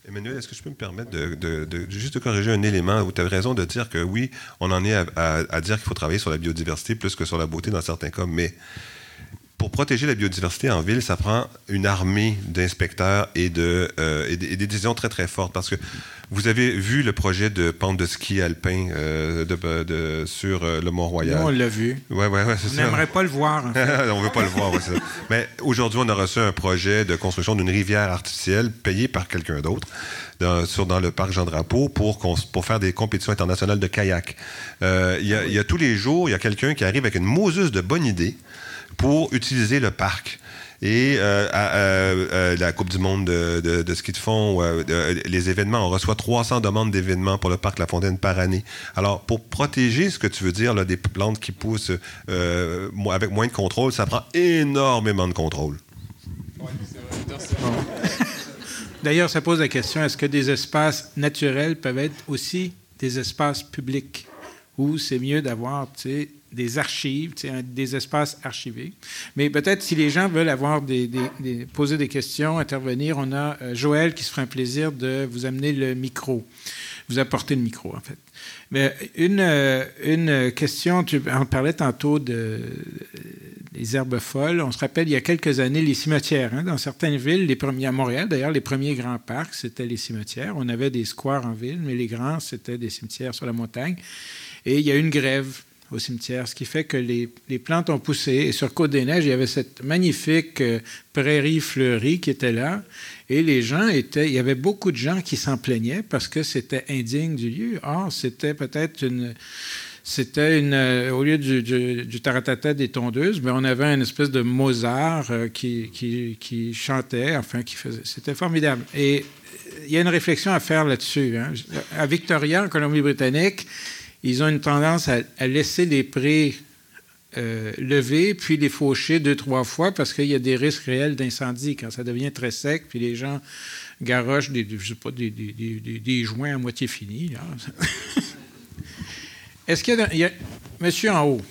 Speaker 5: Emmanuel, est-ce que je peux me permettre de, de, de, juste de corriger un élément où tu as raison de dire que oui, on en est à, à, à dire qu'il faut travailler sur la biodiversité plus que sur la beauté dans certains cas, mais pour protéger la biodiversité en ville, ça prend une armée d'inspecteurs et, de, euh, et, de, et des décisions très, très fortes. Parce que vous avez vu le projet de pente de ski alpin euh, de, de, sur euh, le Mont-Royal.
Speaker 2: Nous, on l'a vu.
Speaker 5: Ouais, ouais, ouais, c'est
Speaker 2: on
Speaker 5: ça.
Speaker 2: n'aimerait pas le voir. En fait.
Speaker 5: On ne veut pas le voir, ouais, c'est ça. Mais aujourd'hui, on a reçu un projet de construction d'une rivière artificielle payée par quelqu'un d'autre dans, sur, dans le parc Jean-Drapeau pour, pour faire des compétitions internationales de kayak. Euh, il y a, il y a tous les jours, il y a quelqu'un qui arrive avec une Moses de bonne idée pour utiliser le parc. Et euh, à, euh, euh, la Coupe du monde de, de, de ski de fond, euh, de, les événements, on reçoit trois cents demandes d'événements pour le parc La Fontaine par année. Alors, pour protéger ce que tu veux dire, là, des plantes qui poussent euh, avec moins de contrôle, ça prend énormément de contrôle.
Speaker 2: D'ailleurs, ça pose la question, est-ce que des espaces naturels peuvent être aussi des espaces publics? Ou c'est mieux d'avoir, tu sais, des archives, des espaces archivés. Mais peut-être si les gens veulent avoir des, des, des, poser des questions, intervenir, on a euh, Joël qui se fera un plaisir de vous amener le micro, vous apporter le micro, en fait. Mais une, euh, une question, tu en parlais tantôt de, des herbes folles. On se rappelle, il y a quelques années, les cimetières. Hein, dans certaines villes, les premiers, à Montréal, d'ailleurs, les premiers grands parcs, c'était les cimetières. On avait des squares en ville, mais les grands, c'était des cimetières sur la montagne. Et il y a eu une grève au cimetière, ce qui fait que les, les plantes ont poussé. Et sur Côte-des-Neiges, il y avait cette magnifique euh, prairie fleurie qui était là. Et les gens étaient... Il y avait beaucoup de gens qui s'en plaignaient parce que c'était indigne du lieu. Or, c'était peut-être une... C'était une... Euh, au lieu du, du, du taratata des tondeuses, mais on avait une espèce de Mozart euh, qui, qui, qui chantait, enfin, qui faisait... C'était formidable. Et il y a une réflexion à faire là-dessus. Hein. À Victoria, en Colombie-Britannique, ils ont une tendance à, à laisser les prés euh, levés, puis les faucher deux, trois fois, parce qu'il y a des risques réels d'incendie quand ça devient très sec, puis les gens garochent des, je sais pas, des, des, des, des joints à moitié finis. Là. Est-ce qu'il y a, il y a... Monsieur en haut.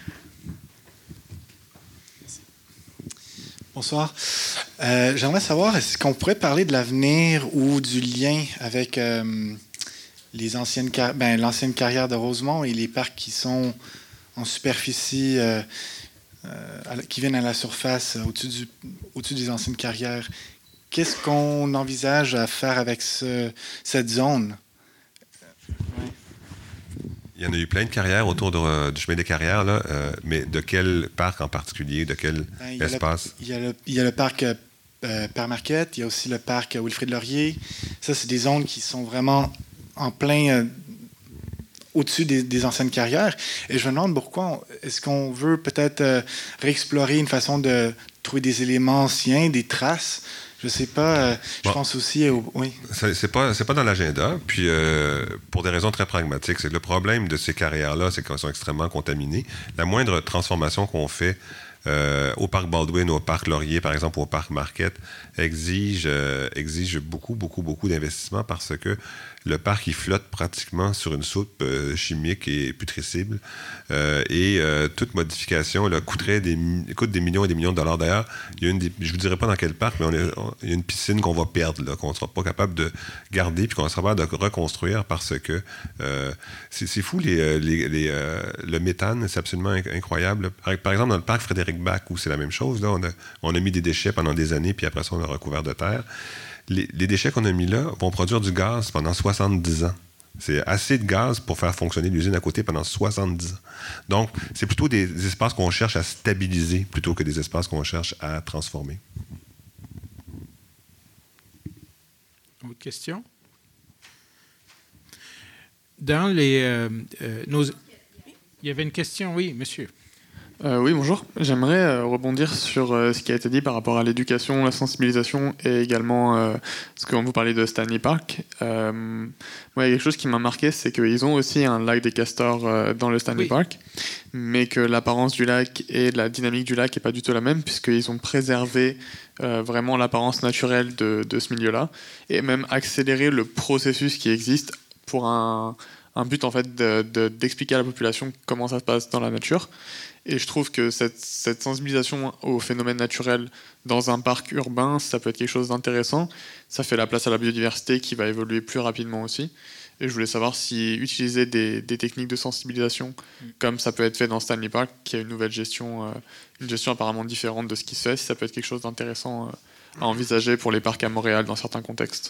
Speaker 6: Bonsoir. Euh, j'aimerais savoir, est-ce qu'on pourrait parler de l'avenir ou du lien avec... Euh, les anciennes car- ben, l'ancienne carrière de Rosemont et les parcs qui sont en superficie, euh, euh, à, qui viennent à la surface, euh, au-dessus, du, au-dessus des anciennes carrières. Qu'est-ce qu'on envisage à faire avec ce, cette zone? Ouais.
Speaker 5: Il y en a eu plein de carrières autour de, euh, du chemin des carrières, là, euh, mais de quel parc en particulier, de quel
Speaker 6: ben, il
Speaker 5: espace?
Speaker 6: Le, il, y a le, il y a le parc euh, Père Marquette, il y a aussi le parc Wilfrid Laurier. Ça, c'est des zones qui sont vraiment en plein euh, au-dessus des, des anciennes carrières. Et je me demande pourquoi, est-ce qu'on veut peut-être euh, réexplorer une façon de trouver des éléments anciens, des traces? Je ne sais pas. Euh, je bon. pense aussi au... Oui.
Speaker 5: C'est, c'est pas, c'est pas dans l'agenda. Puis, euh, pour des raisons très pragmatiques, c'est que le problème de ces carrières-là, c'est qu'elles sont extrêmement contaminées. La moindre transformation qu'on fait Euh, au parc Baldwin, au parc Laurier, par exemple, au parc Marquette, exige, euh, exige beaucoup, beaucoup, beaucoup d'investissement parce que le parc, il flotte pratiquement sur une soupe euh, chimique et putricible. Euh, et euh, toute modification là, coûterait des, coûte des millions et des millions de dollars. D'ailleurs, il y a une des, je ne vous dirai pas dans quel parc, mais on est, on, il y a une piscine qu'on va perdre, là, qu'on ne sera pas capable de garder puis qu'on sera capable de reconstruire parce que euh, c'est, c'est fou, les, les, les, euh, le méthane, c'est absolument incroyable. Par, par exemple, dans le parc Frédéric Bach, où c'est la même chose, là, on, a, on a mis des déchets pendant des années, puis après ça, on a recouvert de terre. Les, les déchets qu'on a mis là vont produire du gaz pendant soixante-dix ans. C'est assez de gaz pour faire fonctionner l'usine à côté pendant soixante-dix ans. Donc, c'est plutôt des, des espaces qu'on cherche à stabiliser plutôt que des espaces qu'on cherche à transformer.
Speaker 2: Autre question? Dans les... Euh, euh, nos... Il y avait une question, oui, monsieur.
Speaker 7: Euh, oui, bonjour. J'aimerais euh, rebondir sur euh, ce qui a été dit par rapport à l'éducation, la sensibilisation et également euh, ce que vous parlez de Stanley Park. Euh, moi, il y a quelque chose qui m'a marqué, c'est qu'ils ont aussi un lac des castors euh, dans le Stanley oui. Park, mais que l'apparence du lac et la dynamique du lac n'est pas du tout la même, puisqu'ils ont préservé euh, vraiment l'apparence naturelle de, de ce milieu-là et même accéléré le processus qui existe pour un... un but en fait de, de, d'expliquer à la population comment ça se passe dans la nature. Et je trouve que cette, cette sensibilisation aux phénomènes naturels dans un parc urbain, ça peut être quelque chose d'intéressant. Ça fait la place à la biodiversité qui va évoluer plus rapidement aussi. Et je voulais savoir si utiliser des, des techniques de sensibilisation, mmh. comme ça peut être fait dans Stanley Park, qui a une nouvelle gestion, euh, une gestion apparemment différente de ce qui se fait, si ça peut être quelque chose d'intéressant euh, à envisager pour les parcs à Montréal dans certains contextes.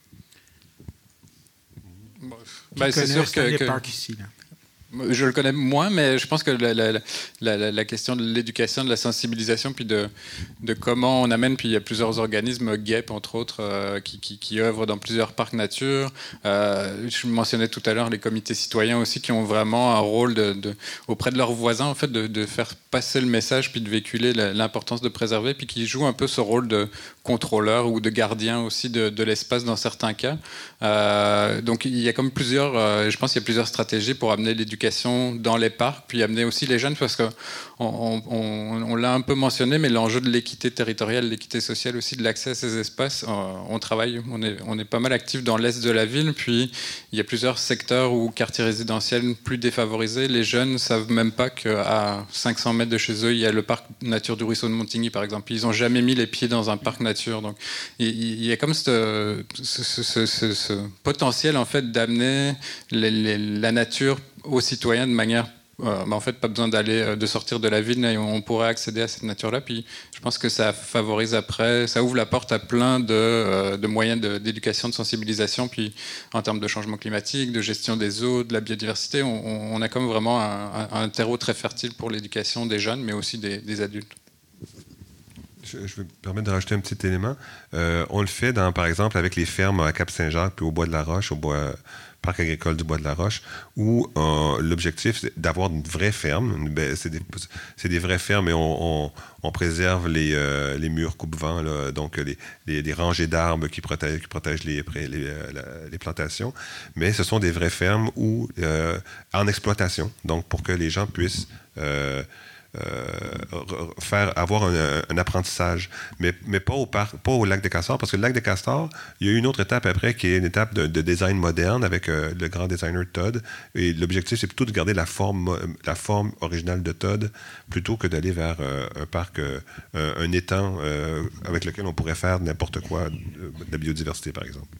Speaker 2: Bah, c'est sûr que, que... Park ici, là.
Speaker 4: Je le connais moins, mais je pense que la, la, la, la question de l'éducation, de la sensibilisation, puis de, de comment on amène, puis il y a plusieurs organismes, G E P entre autres, euh, qui, qui, qui œuvrent dans plusieurs parcs nature. Euh, je mentionnais tout à l'heure les comités citoyens aussi, qui ont vraiment un rôle de, de, auprès de leurs voisins, en fait, de, de faire passer le message, puis de véhiculer l'importance de préserver, puis qui jouent un peu ce rôle de contrôleur ou de gardien aussi de, de l'espace dans certains cas. Euh, donc il y a comme plusieurs, euh, je pense qu'il y a plusieurs stratégies pour amener l'éducation dans les parcs, puis amener aussi les jeunes, parce qu'on on, on, on l'a un peu mentionné, mais l'enjeu de l'équité territoriale, l'équité sociale aussi, de l'accès à ces espaces, on, on travaille, on est, on est pas mal actifs dans l'est de la ville, puis il y a plusieurs secteurs ou quartiers résidentiels plus défavorisés. Les jeunes ne savent même pas qu'à cinq cents mètres de chez eux, il y a le parc nature du ruisseau de Montigny, par exemple. Ils n'ont jamais mis les pieds dans un parc nature. Donc il, il y a comme ce, ce, ce, ce, ce potentiel en fait, d'amener les, les, la nature aux citoyens de manière, euh, bah en fait, pas besoin d'aller, de sortir de la ville, et on pourrait accéder à cette nature-là. Puis, je pense que ça favorise après, ça ouvre la porte à plein de, euh, de moyens de, d'éducation, de sensibilisation. Puis, en termes de changement climatique, de gestion des eaux, de la biodiversité, on, on a comme vraiment un, un terreau très fertile pour l'éducation des jeunes, mais aussi des, des adultes.
Speaker 5: Je, je vais me permettre de rajouter un petit élément. Euh, on le fait, dans, par exemple, avec les fermes à Cap-Saint-Jacques, puis au Bois-de-la-Roche, au Bois... Parc agricole du Bois-de-la-Roche, où euh, l'objectif, c'est d'avoir une vraie ferme. Ben, c'est, des, c'est des vraies fermes et on, on, on préserve les, euh, les murs coupe-vent, là, donc les, les, les rangées d'arbres qui protègent, qui protègent les, les, les plantations. Mais ce sont des vraies fermes où, euh, en exploitation, donc pour que les gens puissent... Euh, Euh, faire avoir un, un apprentissage, mais, mais pas, au parc, pas au lac des Castors, parce que le lac des Castors, il y a une autre étape après qui est une étape de, de design moderne avec euh, le grand designer Todd, et l'objectif c'est plutôt de garder la forme, la forme originale de Todd plutôt que d'aller vers euh, un parc, euh, un étang euh, avec lequel on pourrait faire n'importe quoi, de la biodiversité par exemple.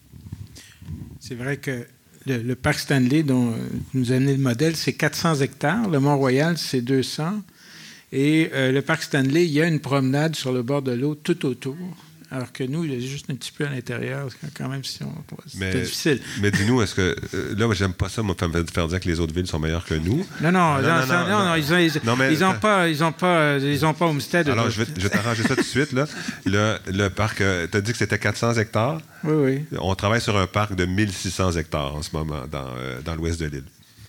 Speaker 2: C'est vrai que Le, le parc Stanley, dont nous a amené le modèle, c'est quatre cents hectares. Le Mont-Royal, c'est deux cents. Et euh, le parc Stanley, il y a une promenade sur le bord de l'eau tout autour. Alors que nous, il y a juste un petit peu à l'intérieur. Quand même, si on, c'est
Speaker 5: mais,
Speaker 2: difficile.
Speaker 5: Mais dis-nous, est-ce que... Euh, là, j'aime pas ça, moi, faire dire que les autres villes sont meilleures que nous.
Speaker 2: Non, non, non, non, non, non, non, non ils n'ont ils, non, ils ont pas, ils ont pas, ils ont pas Homestead.
Speaker 5: Alors, je vais, je vais t'arranger ça tout de suite. Là. Le, le parc, euh, tu as dit que c'était quatre cents hectares.
Speaker 2: Oui, oui.
Speaker 5: On travaille sur un parc de mille six cents hectares en ce moment dans, euh, dans l'ouest de l'île.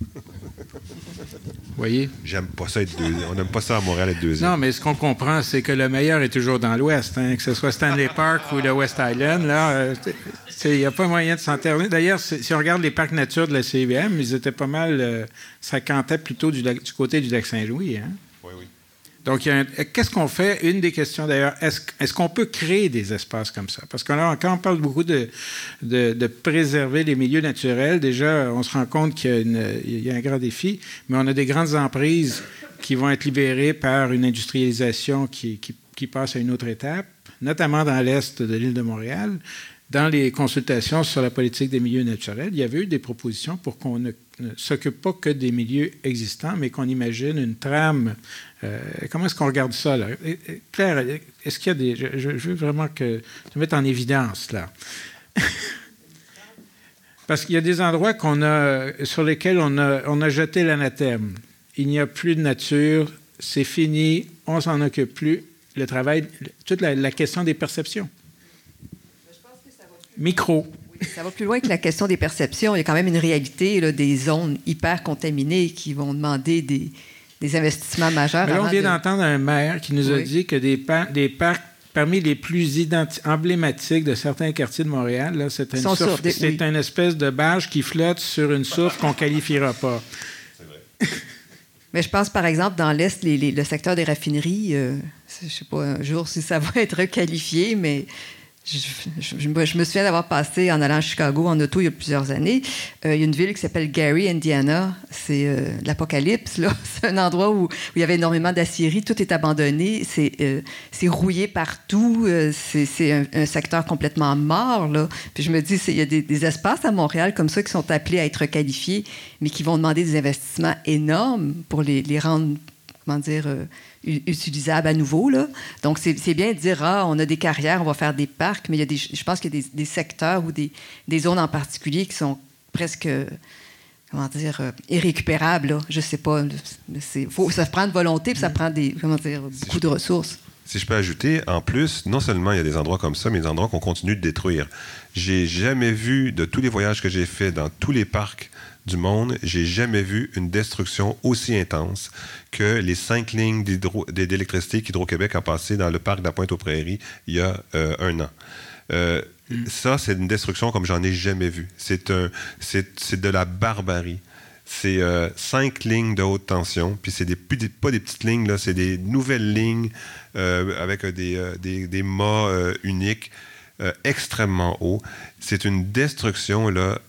Speaker 2: Vous voyez?
Speaker 5: J'aime pas ça être deuxième. On n'aime pas ça à Montréal être deuxième.
Speaker 2: Non, mais ce qu'on comprend, c'est que le meilleur est toujours dans l'ouest, hein, que ce soit Stanley Park ou le West Island. Là, il n'y a pas moyen de s'enterrer. D'ailleurs, si on regarde les parcs nature de la C I B M, ils étaient pas mal... Euh, ça cantait plutôt du, du côté du lac Saint-Louis. Hein?
Speaker 5: Oui, oui.
Speaker 2: Donc, il y a un, qu'est-ce qu'on fait? Une des questions, d'ailleurs, est-ce, est-ce qu'on peut créer des espaces comme ça? Parce que là, quand on parle beaucoup de, de, de préserver les milieux naturels, déjà, on se rend compte qu'il y a, une, il y a un grand défi, mais on a des grandes emprises qui vont être libérées par une industrialisation qui, qui, qui passe à une autre étape, notamment dans l'est de l'île de Montréal. Dans les consultations sur la politique des milieux naturels, il y avait eu des propositions pour qu'on ne, ne s'occupe pas que des milieux existants, mais qu'on imagine une trame. Euh, comment est-ce qu'on regarde ça, là? Claire, est-ce qu'il y a des... Je, je veux vraiment que tu mettes en évidence, là. Parce qu'il y a des endroits qu'on a, sur lesquels on a, on a jeté l'anathème. Il n'y a plus de nature, c'est fini, on ne s'en occupe plus. Le travail, toute la, la question des perceptions. Micro.
Speaker 3: Oui, ça va plus loin que la question des perceptions. Il y a quand même une réalité là, des zones hyper contaminées qui vont demander des, des investissements majeurs.
Speaker 2: Mais là, on vient
Speaker 3: de...
Speaker 2: d'entendre un maire qui nous a oui. dit que des, par- des parcs parmi les plus identi- emblématiques de certains quartiers de Montréal, là, c'est, une, source, des, c'est oui. une espèce de barge qui flotte sur une source qu'on ne qualifiera pas.
Speaker 5: C'est vrai.
Speaker 3: Mais je pense, par exemple, dans l'Est, les, les, le secteur des raffineries, euh, je ne sais pas un jour si ça va être requalifié, mais Je, je, je, je me souviens d'avoir passé en allant à Chicago en auto il y a plusieurs années. Euh, il y a une ville qui s'appelle Gary, Indiana. C'est euh, l'apocalypse, là. C'est un endroit où, où il y avait énormément d'aciéries. Tout est abandonné. C'est, euh, c'est rouillé partout. Euh, c'est c'est un, un secteur complètement mort, là. Puis je me dis, il y a des, des espaces à Montréal comme ça qui sont appelés à être qualifiés, mais qui vont demander des investissements énormes pour les, les rendre, comment dire... Euh, utilisable à nouveau, là. Donc, c'est, c'est bien de dire, ah, on a des carrières, on va faire des parcs, mais il y a des, je pense qu'il y a des, des secteurs ou des, des zones en particulier qui sont presque, comment dire, euh, irrécupérables, là. Je sais pas. C'est, faut, ça prend de volonté, puis ça prend des, comment dire, beaucoup si de ressources.
Speaker 5: Si je peux ajouter, en plus, non seulement il y a des endroits comme ça, mais des endroits qu'on continue de détruire. J'ai jamais vu, de tous les voyages que j'ai faits dans tous les parcs du monde, j'ai jamais vu une destruction aussi intense que les cinq lignes d'électricité qu'Hydro-Québec a passées dans le parc de la Pointe-aux-Prairies il y a euh, un an. Euh, mm. Ça, c'est une destruction comme j'en ai jamais vu. C'est, un, c'est, c'est de la barbarie. C'est euh, cinq lignes de haute tension, puis c'est des, des, pas des petites lignes, là, c'est des nouvelles lignes euh, avec des, euh, des, des mâts euh, uniques. Euh, extrêmement haut. C'est une destruction, là.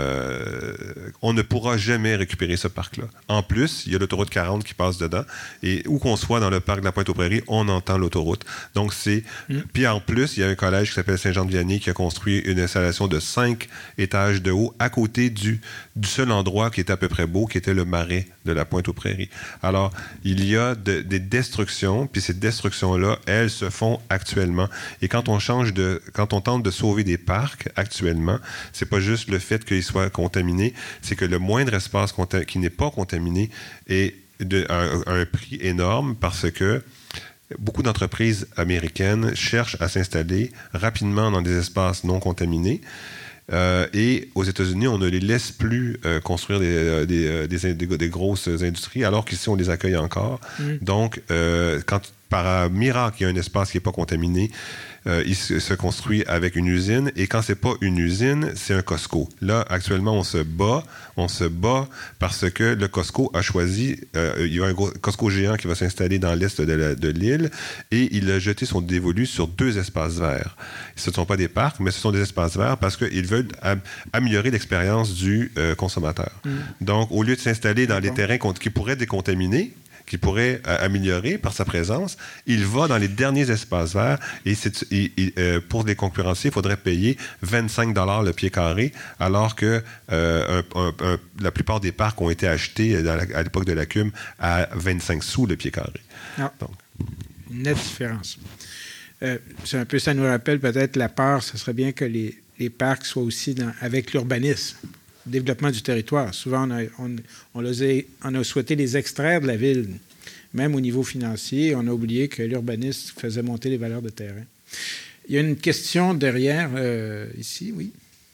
Speaker 5: Euh, on ne pourra jamais récupérer ce parc-là. En plus, il y a l'autoroute quarante qui passe dedans. Et où qu'on soit dans le parc de la Pointe-aux-Prairies, on entend l'autoroute. Donc, c'est... Mm. Puis en plus, il y a un collège qui s'appelle Saint-Jean-de-Vianney qui a construit une installation de cinq étages de haut à côté du, du seul endroit qui était à peu près beau, qui était le marais de la Pointe-aux-Prairies. Alors, il y a de, des destructions, puis ces destructions-là, elles se font actuellement. Et quand on change de... Quand on tente de sauver des parcs, actuellement, c'est pas juste le fait qu'ils soient contaminés, c'est que le moindre espace contam- qui n'est pas contaminé est de, un, un prix énorme parce que beaucoup d'entreprises américaines cherchent à s'installer rapidement dans des espaces non contaminés. Euh, et aux États-Unis, on ne les laisse plus euh, construire des, des, des, des, des grosses industries, alors qu'ici, on les accueille encore. Mmh. Donc, euh, quand par miracle, il y a un espace qui n'est pas contaminé, Euh, il se construit avec une usine, et quand c'est pas une usine, c'est un Costco. Là, actuellement, on se bat, on se bat parce que le Costco a choisi, euh, il y a un gros Costco géant qui va s'installer dans l'est de, la, de l'île, et il a jeté son dévolu sur deux espaces verts. Ce ne sont pas des parcs, mais ce sont des espaces verts parce qu'ils veulent am- améliorer l'expérience du euh, consommateur. Mmh. Donc, au lieu de s'installer dans D'accord. les terrains qui pourraient décontaminer, qui pourrait euh, améliorer par sa présence, il va dans les derniers espaces verts et, c'est, et, et euh, pour les concurrencer, il faudrait payer vingt-cinq dollars le pied carré, alors que euh, un, un, un, la plupart des parcs ont été achetés dans la, à l'époque de la C U M à vingt-cinq sous le pied carré.
Speaker 2: Ah. Donc. Une nette différence. Euh, c'est un peu, ça nous rappelle peut-être la peur, ce serait bien que les, les parcs soient aussi dans, avec l'urbanisme. Développement du territoire. Souvent, on a, on, on, a, on a souhaité les extraire de la ville, même au niveau financier. On a oublié que l'urbanisme faisait monter les valeurs de terrain. Il y a une question derrière, euh, ici, oui.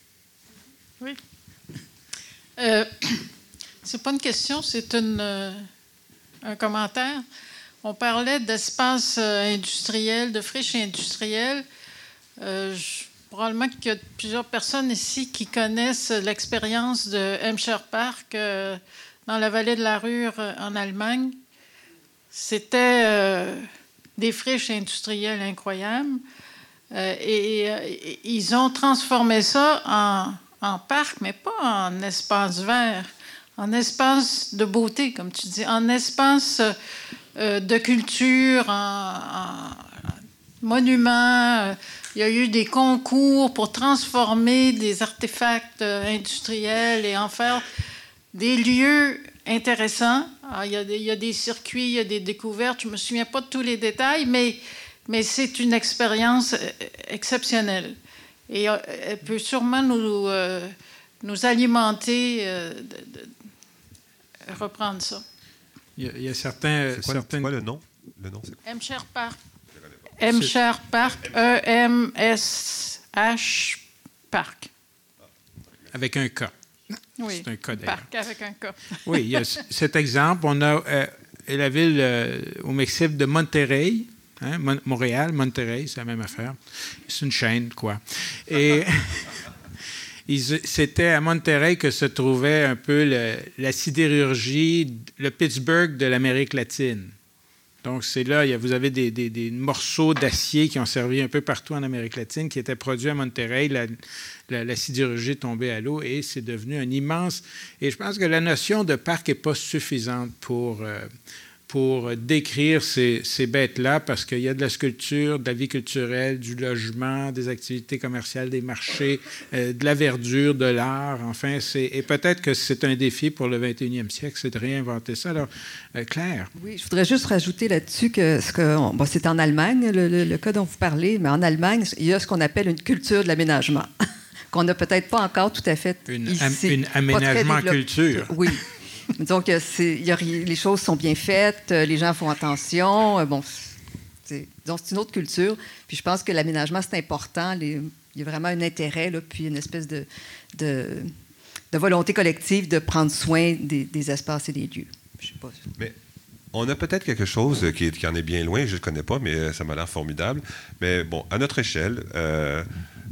Speaker 8: Oui. Euh, c'est pas une question, c'est une, euh, un commentaire. On parlait d'espace euh, industriel, de friches industrielles. Euh, je Probablement qu'il y a plusieurs personnes ici qui connaissent l'expérience de Hampshire Park euh, dans la vallée de la Ruhr euh, en Allemagne. C'était euh, des friches industrielles incroyables. Euh, et, et ils ont transformé ça en, en parc, mais pas en espace vert, en espace de beauté, comme tu dis, en espace euh, de culture, en, en monument. Il y a eu des concours pour transformer des artefacts industriels et en faire des lieux intéressants. Alors, il, y a des, il y a des circuits, il y a des découvertes. Je ne me souviens pas de tous les détails, mais, mais c'est une expérience exceptionnelle. Et elle peut sûrement nous, euh, nous alimenter, euh, de, de reprendre ça.
Speaker 2: Il y a, il y a certains...
Speaker 5: C'est quoi,
Speaker 2: certaines...
Speaker 5: c'est quoi le nom? Le nom, c'est quoi?
Speaker 8: Hampshire Park. Hampshire Park, E M S H Park.
Speaker 2: Avec un K.
Speaker 8: Oui,
Speaker 2: c'est un K d'ailleurs.
Speaker 8: Parc avec un K.
Speaker 2: Oui, il y a cet exemple. On a euh, la ville euh, au Mexique de Monterrey, hein, Mon- Montréal, Monterrey, c'est la même affaire. C'est une chaîne, quoi. Et ils, c'était à Monterrey que se trouvait un peu le, la sidérurgie, le Pittsburgh de l'Amérique latine. Donc, c'est là, il y a, vous avez des, des, des morceaux d'acier qui ont servi un peu partout en Amérique latine, qui étaient produits à Monterrey. La, la, la sidérurgie est tombée à l'eau et c'est devenu un immense... Et je pense que la notion de parc n'est pas suffisante pour... Euh, pour décrire ces, ces bêtes-là, parce qu'il y a de la sculpture, de la vie culturelle, du logement, des activités commerciales, des marchés, euh, de la verdure, de l'art, enfin, c'est, et peut-être que c'est un défi pour le vingt et unième siècle, c'est de réinventer ça. Alors, euh, Claire?
Speaker 3: Oui, je voudrais juste rajouter là-dessus que, ce que on, bon, c'est en Allemagne, le, le, le cas dont vous parlez, mais en Allemagne, il y a ce qu'on appelle une culture de l'aménagement, qu'on n'a peut-être pas encore tout à fait
Speaker 2: une,
Speaker 3: ici.
Speaker 2: Am, une aménagement culture.
Speaker 3: Oui. Donc, c'est, y a, les choses sont bien faites, les gens font attention. Bon, c'est, donc, c'est une autre culture. Puis, je pense que l'aménagement, c'est important. Les, il y a vraiment un intérêt, là, puis une espèce de, de, de volonté collective de prendre soin des, des espaces et des lieux. Je sais pas.
Speaker 5: Mais on a peut-être quelque chose qui, qui en est bien loin, je ne le connais pas, mais ça m'a l'air formidable. Mais bon, à notre échelle... Euh,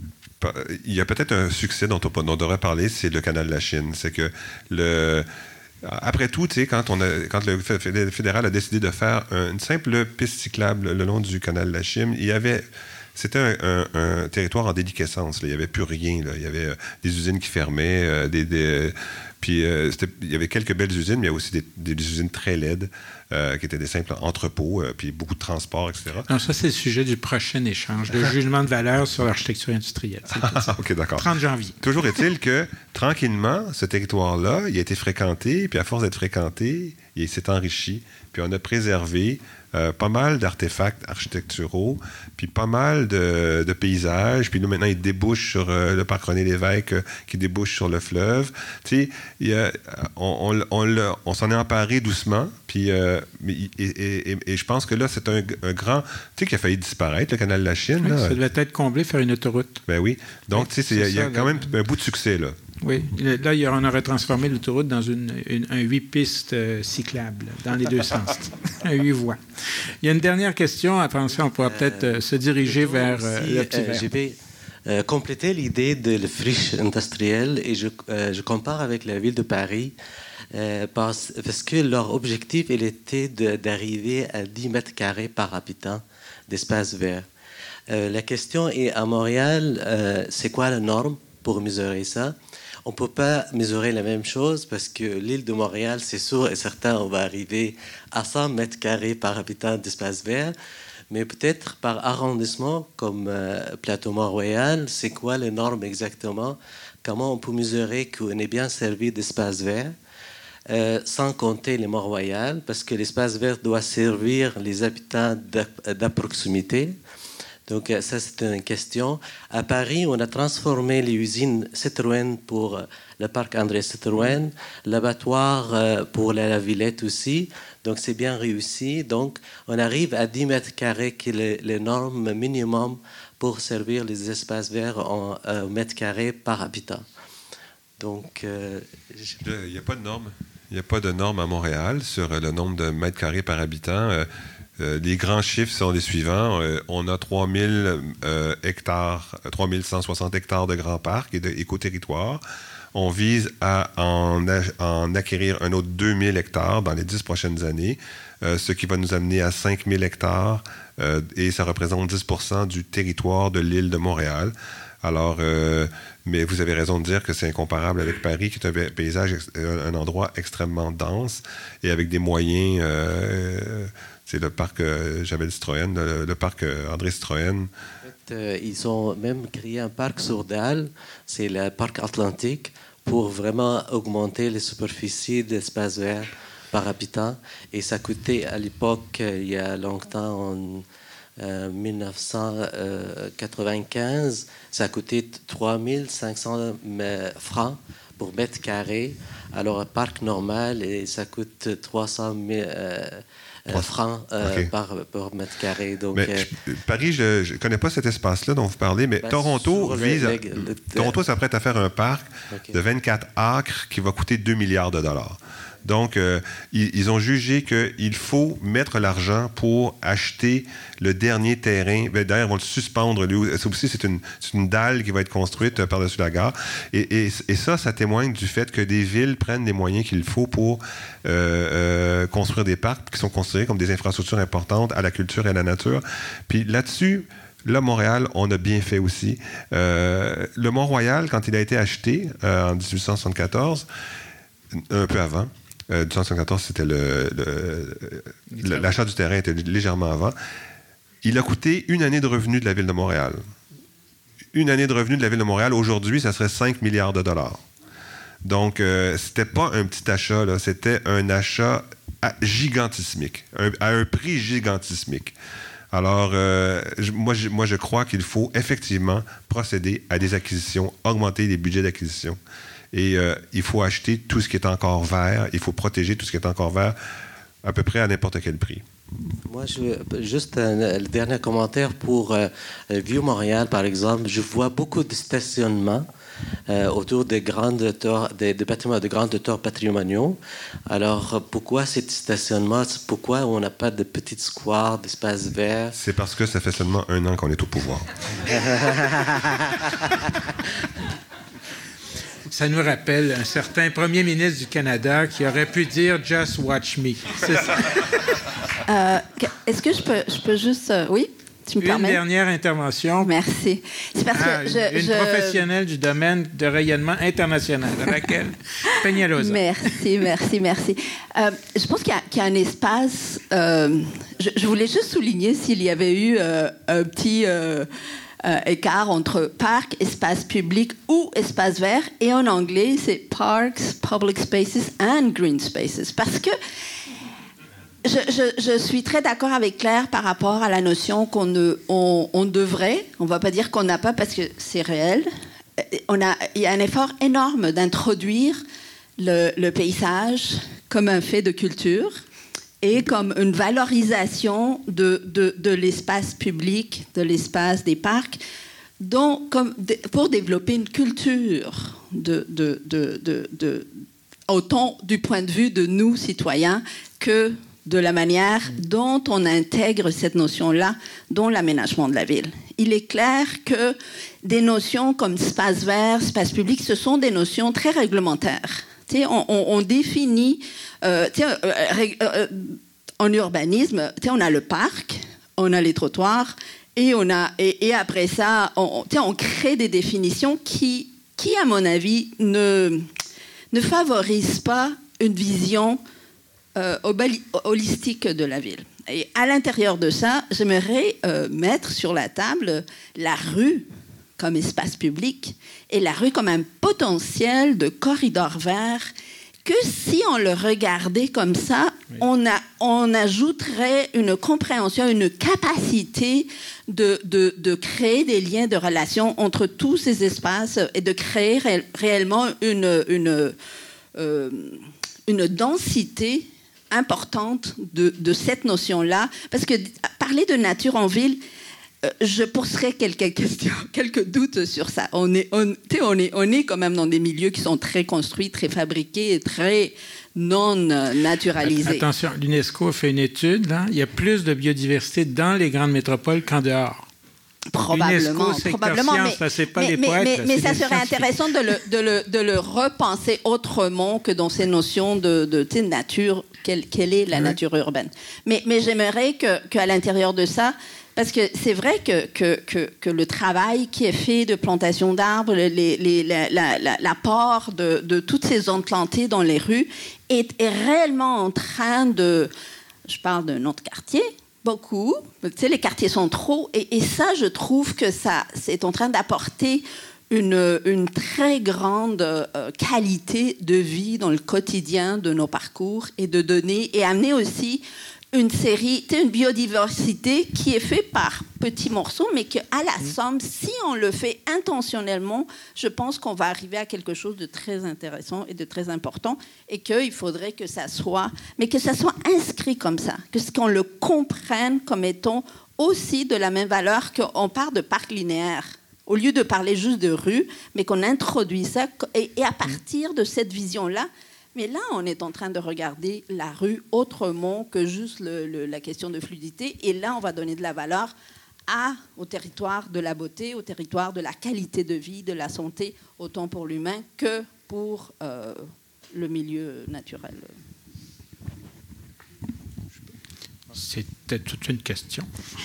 Speaker 5: il y a peut-être un succès dont on, dont on devrait parler, c'est le canal de la Chine. C'est que le... Après tout, tu sais, quand, on a, quand le fédéral a décidé de faire une simple piste cyclable le long du canal de la Chine, il y avait... C'était un, un, un territoire en déliquescence. Là. Il n'y avait plus rien. Là. Il y avait euh, des usines qui fermaient. Euh, des, des, puis euh, il y avait quelques belles usines, mais il y a aussi des, des, des usines très laides euh, qui étaient des simples entrepôts, euh, puis beaucoup de transport, et cetera.
Speaker 2: Non, ça, c'est le sujet du prochain échange, le jugement de valeur sur l'architecture industrielle.
Speaker 5: Ah, OK, d'accord.
Speaker 2: trente janvier.
Speaker 5: Toujours est-il que, tranquillement, ce territoire-là, il a été fréquenté, puis à force d'être fréquenté, il s'est enrichi, puis on a préservé Euh, pas mal d'artefacts architecturaux, puis pas mal de, de paysages. Puis nous, maintenant, ils débouchent sur euh, le parc René-Lévesque euh, qui débouche sur le fleuve. Tu sais, il y a, on, on, on, on s'en est emparé doucement. Puis, euh, et, et, et, et je pense que là, c'est un, un grand... Tu sais, qui a failli disparaître, le canal de la Chine.
Speaker 2: Oui,
Speaker 5: là.
Speaker 2: Ça devait être comblé, faire une autoroute.
Speaker 5: Ben oui. Donc, oui, tu sais, il y a quand même un bout de succès, là.
Speaker 2: Oui. Là, on aurait transformé l'autoroute dans une, une, un huit pistes euh, cyclables, dans les deux sens. Un huit voies. Il y a une dernière question. Après ça, on pourra peut-être euh, se diriger vers euh,
Speaker 9: aussi,
Speaker 2: le petit
Speaker 9: euh,
Speaker 2: verre.
Speaker 9: Je vais euh, compléter l'idée de la friche industrielle et je, euh, je compare avec la ville de Paris euh, parce, parce que leur objectif, il était de, d'arriver à dix mètres carrés par habitant d'espace vert. Euh, la question est, à Montréal, euh, c'est quoi la norme pour mesurer ça? On ne peut pas mesurer la même chose parce que l'île de Montréal, c'est sûr et certain, on va arriver à cent mètres carrés par habitant d'espace vert. Mais peut-être par arrondissement, comme euh, Plateau Mont-Royal, c'est quoi les normes exactement? Comment on peut mesurer qu'on est bien servi d'espace vert? Euh, sans compter les Mont-Royal, parce que l'espace vert doit servir les habitants de proximité. Donc, ça, c'est une question. À Paris, on a transformé les usines Citroën pour le parc André Citroën, l'abattoir pour la Villette aussi. Donc, c'est bien réussi. Donc, on arrive à dix mètres carrés, qui est les normes minimum pour servir les espaces verts en euh, mètres carrés par habitant. Donc, euh,
Speaker 5: il n'y a pas de norme. Il n'y a pas de norme à Montréal sur le nombre de mètres carrés par habitant. Euh, Euh, les grands chiffres sont les suivants. Euh, on a trois mille euh, hectares, trois mille cent soixante hectares de grands parcs et d'éco-territoires. On vise à en, en acquérir un autre deux mille hectares dans les dix prochaines années, euh, ce qui va nous amener à cinq mille hectares euh, et ça représente dix pour cent du territoire de l'île de Montréal. Alors, euh, mais vous avez raison de dire que c'est incomparable avec Paris, qui est un paysage, un endroit extrêmement dense et avec des moyens... Euh, C'est le parc euh, Javel Citroën, le, le parc euh, André Citroën.
Speaker 9: En fait, euh, ils ont même créé un parc sur Dalles, c'est le parc Atlantique, pour vraiment augmenter les superficies d'espace vert par habitant. Et ça coûtait à l'époque, il y a longtemps, en euh, dix-neuf cent quatre-vingt-quinze, ça coûtait trois mille cinq cents francs pour mètre carré. Alors, un parc normal, et ça coûte trois cent mille euh, euh, francs euh, okay. par, par mètre carré. Donc,
Speaker 5: mais, euh, je, Paris, je ne connais pas cet espace-là dont vous parlez, mais ben, Toronto vise... Le, le, le, Toronto s'apprête à faire un parc okay. de vingt-quatre acres qui va coûter deux milliards de dollars. Donc, euh, ils, ils ont jugé qu'il faut mettre l'argent pour acheter le dernier terrain. Bien, d'ailleurs, ils vont le suspendre. Lui. Ça aussi, c'est une, c'est une dalle qui va être construite par-dessus la gare. Et, et, et ça, ça témoigne du fait que des villes prennent les moyens qu'il faut pour euh, euh, construire des parcs qui sont considérés comme des infrastructures importantes à la culture et à la nature. Puis là-dessus, là, Montréal, on a bien fait aussi. Euh, le Mont-Royal, quand il a été acheté euh, en dix-huit cent soixante-quatorze, un peu avant, euh, dix-huit cent soixante-quatorze, c'était le, le, le, l'achat du terrain était légèrement avant. Il a coûté une année de revenus de la Ville de Montréal. Une année de revenus de la Ville de Montréal, aujourd'hui, ça serait cinq milliards de dollars. Donc, euh, c'était pas un petit achat, là, c'était un achat à, gigantissimique, un, à un prix gigantissimique. Alors, euh, je, moi, je, moi, je crois qu'il faut effectivement procéder à des acquisitions, augmenter les budgets d'acquisition. Et euh, il faut acheter tout ce qui est encore vert, il faut protéger tout ce qui est encore vert à peu près à n'importe quel prix.
Speaker 9: Moi, je, juste un, le dernier commentaire pour euh, Vieux-Montréal, par exemple. Je vois beaucoup de stationnements euh, autour des, grandes tours, des, des bâtiments de grandes tours patrimoniaux. Alors, pourquoi ces stationnements? Pourquoi on n'a pas de petites squares, d'espaces verts?
Speaker 5: C'est parce que ça fait seulement un an qu'on est au pouvoir.
Speaker 2: Ça nous rappelle un certain premier ministre du Canada qui aurait pu dire « Just watch me ». C'est ça.
Speaker 10: Euh, est-ce que je peux, je peux juste... Euh, oui, tu me
Speaker 2: Une
Speaker 10: permets?
Speaker 2: dernière intervention.
Speaker 10: Merci. C'est parce
Speaker 2: ah,
Speaker 10: que je,
Speaker 2: une
Speaker 10: je...
Speaker 2: professionnelle du domaine de rayonnement international, Raquel Peñalosa.
Speaker 10: Merci, merci, merci. Euh, je pense qu'il y a, qu'il y a un espace... Euh, je, je voulais juste souligner s'il y avait eu euh, un petit... Euh, Euh, écart entre parc, espace public ou espace vert. Et en anglais, c'est parks, public spaces and green spaces. Parce que je, je, je suis très d'accord avec Claire par rapport à la notion qu'on ne, on, on devrait, on ne va pas dire qu'on n'a pas parce que c'est réel. On a, il y a un effort énorme d'introduire le, le paysage comme un fait de culture et comme une valorisation de, de, de l'espace public, de l'espace des parcs, dont, comme de, pour développer une culture, de, de, de, de, de, autant du point de vue de nous, citoyens, que de la manière dont on intègre cette notion-là dans l'aménagement de la ville. Il est clair que des notions comme espace vert, espace public, ce sont des notions très réglementaires. On, on, on définit, euh, euh, euh, en urbanisme, on a le parc, on a les trottoirs, et, on a, et, et après ça, on, on crée des définitions qui, qui à mon avis, ne, ne favorisent pas une vision euh, holistique de la ville. Et à l'intérieur de ça, j'aimerais euh, mettre sur la table la rue comme espace public et la rue comme un potentiel de corridor vert que si on le regardait comme ça, oui. on, a, on ajouterait une compréhension, une capacité de, de, de créer des liens de relation entre tous ces espaces et de créer ré, réellement une, une, euh, une densité importante de, de cette notion-là. Parce que parler de nature en ville, je poserai quelques questions, quelques doutes sur ça. On est, on, on, est, on est quand même dans des milieux qui sont très construits, très fabriqués et très non naturalisés.
Speaker 2: Attention, l'UNESCO a fait une étude. Là. Il y a plus de biodiversité dans les grandes métropoles qu'en dehors.
Speaker 10: Probablement, probablement,
Speaker 2: science,
Speaker 10: mais,
Speaker 2: là, c'est pas
Speaker 10: mais,
Speaker 2: des
Speaker 10: mais,
Speaker 2: poètes,
Speaker 10: mais,
Speaker 2: là,
Speaker 10: mais
Speaker 2: c'est
Speaker 10: ça
Speaker 2: des
Speaker 10: serait intéressant de le, de, le, de le repenser autrement que dans ces notions de, de, de nature. Quelle, quelle est la oui. nature urbaine? Mais, mais j'aimerais que, qu'à l'intérieur de ça, parce que c'est vrai que, que, que, que le travail qui est fait de plantation d'arbres, les, les, la, la, la, l'apport de, de toutes ces zones plantées dans les rues est, est réellement en train de... Je parle de notre quartier, beaucoup. Tu sais, les quartiers sont trop... Et, et ça, je trouve que ça, c'est en train d'apporter une, une très grande euh, qualité de vie dans le quotidien de nos parcours et de donner... Et amener aussi... une série, une biodiversité qui est faite par petits morceaux, mais qu'à la somme, si on le fait intentionnellement, je pense qu'on va arriver à quelque chose de très intéressant et de très important, et qu'il faudrait que ça soit, mais que ça soit inscrit comme ça, que ce qu'on le comprenne comme étant aussi de la même valeur qu'on part de parc linéaire, au lieu de parler juste de rue, mais qu'on introduit ça, et, et à partir de cette vision-là, Mais là, on est en train de regarder la rue autrement que juste le, le, la question de fluidité. Et là, on va donner de la valeur à, au territoire de la beauté, au territoire de la qualité de vie, de la santé, autant pour l'humain que pour euh, le milieu naturel.
Speaker 2: C'était toute une question.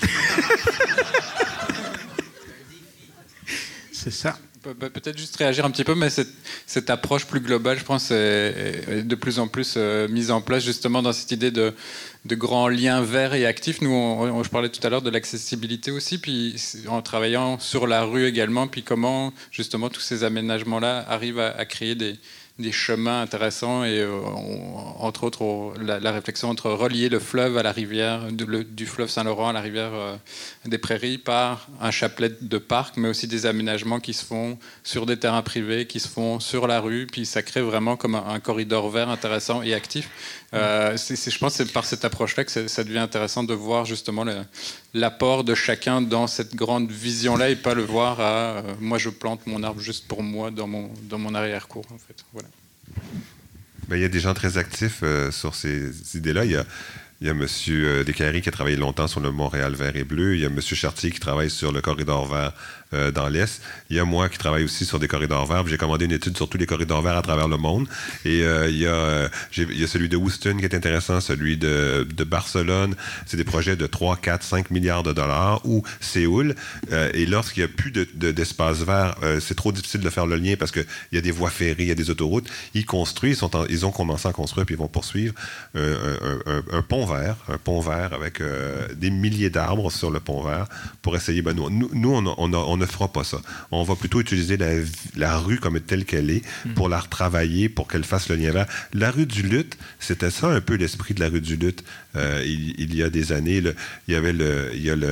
Speaker 2: C'est ça.
Speaker 4: Peut-être juste réagir un petit peu, mais cette, cette approche plus globale, je pense, est, est de plus en plus euh, mise en place justement dans cette idée de, de grands liens verts et actifs. Nous, on, on, je parlais tout à l'heure de l'accessibilité aussi, puis en travaillant sur la rue également, puis comment justement tous ces aménagements-là arrivent à, à créer des, des chemins intéressants et euh, on, entre autres on, la, la réflexion entre relier le fleuve à la rivière, de, le, du fleuve Saint-Laurent à la rivière euh, des Prairies par un chapelet de parcs, mais aussi des aménagements qui se font sur des terrains privés, qui se font sur la rue, puis ça crée vraiment comme un, un corridor vert intéressant et actif. Euh, c'est, c'est, je pense que c'est par cette approche-là que ça devient intéressant de voir justement le, l'apport de chacun dans cette grande vision-là et pas le voir à euh, moi je plante mon arbre juste pour moi dans mon, dans mon arrière-cour. En fait. Voilà.
Speaker 5: Bien, il y a des gens très actifs euh, sur ces idées-là. Il y a Il y a M. Descaries qui a travaillé longtemps sur le Montréal vert et bleu. Il y a M. Chartier qui travaille sur le corridor vert euh, dans l'Est. Il y a moi qui travaille aussi sur des corridors verts. J'ai commandé une étude sur tous les corridors verts à travers le monde. Et euh, il, y a, euh, j'ai, il y a celui de Houston qui est intéressant, celui de, de Barcelone. C'est des projets de trois, quatre, cinq milliards de dollars. Ou Séoul. Euh, et lorsqu'il n'y a plus de, de, d'espace vert, euh, c'est trop difficile de faire le lien parce qu'il y a des voies ferrées, il y a des autoroutes. Ils construisent, ils, sont en, ils ont commencé à construire puis ils vont poursuivre euh, un, un, un pont vert, un pont vert avec euh, des milliers d'arbres sur le pont vert pour essayer. Ben, nous, nous on, a, on, a, on ne fera pas ça. On va plutôt utiliser la, la rue comme telle qu'elle est pour la retravailler, pour qu'elle fasse le lien vert. La rue du Luth, c'était ça un peu l'esprit de la rue du Luth. Euh, il, il y a des années, le, il y avait le, il y a le,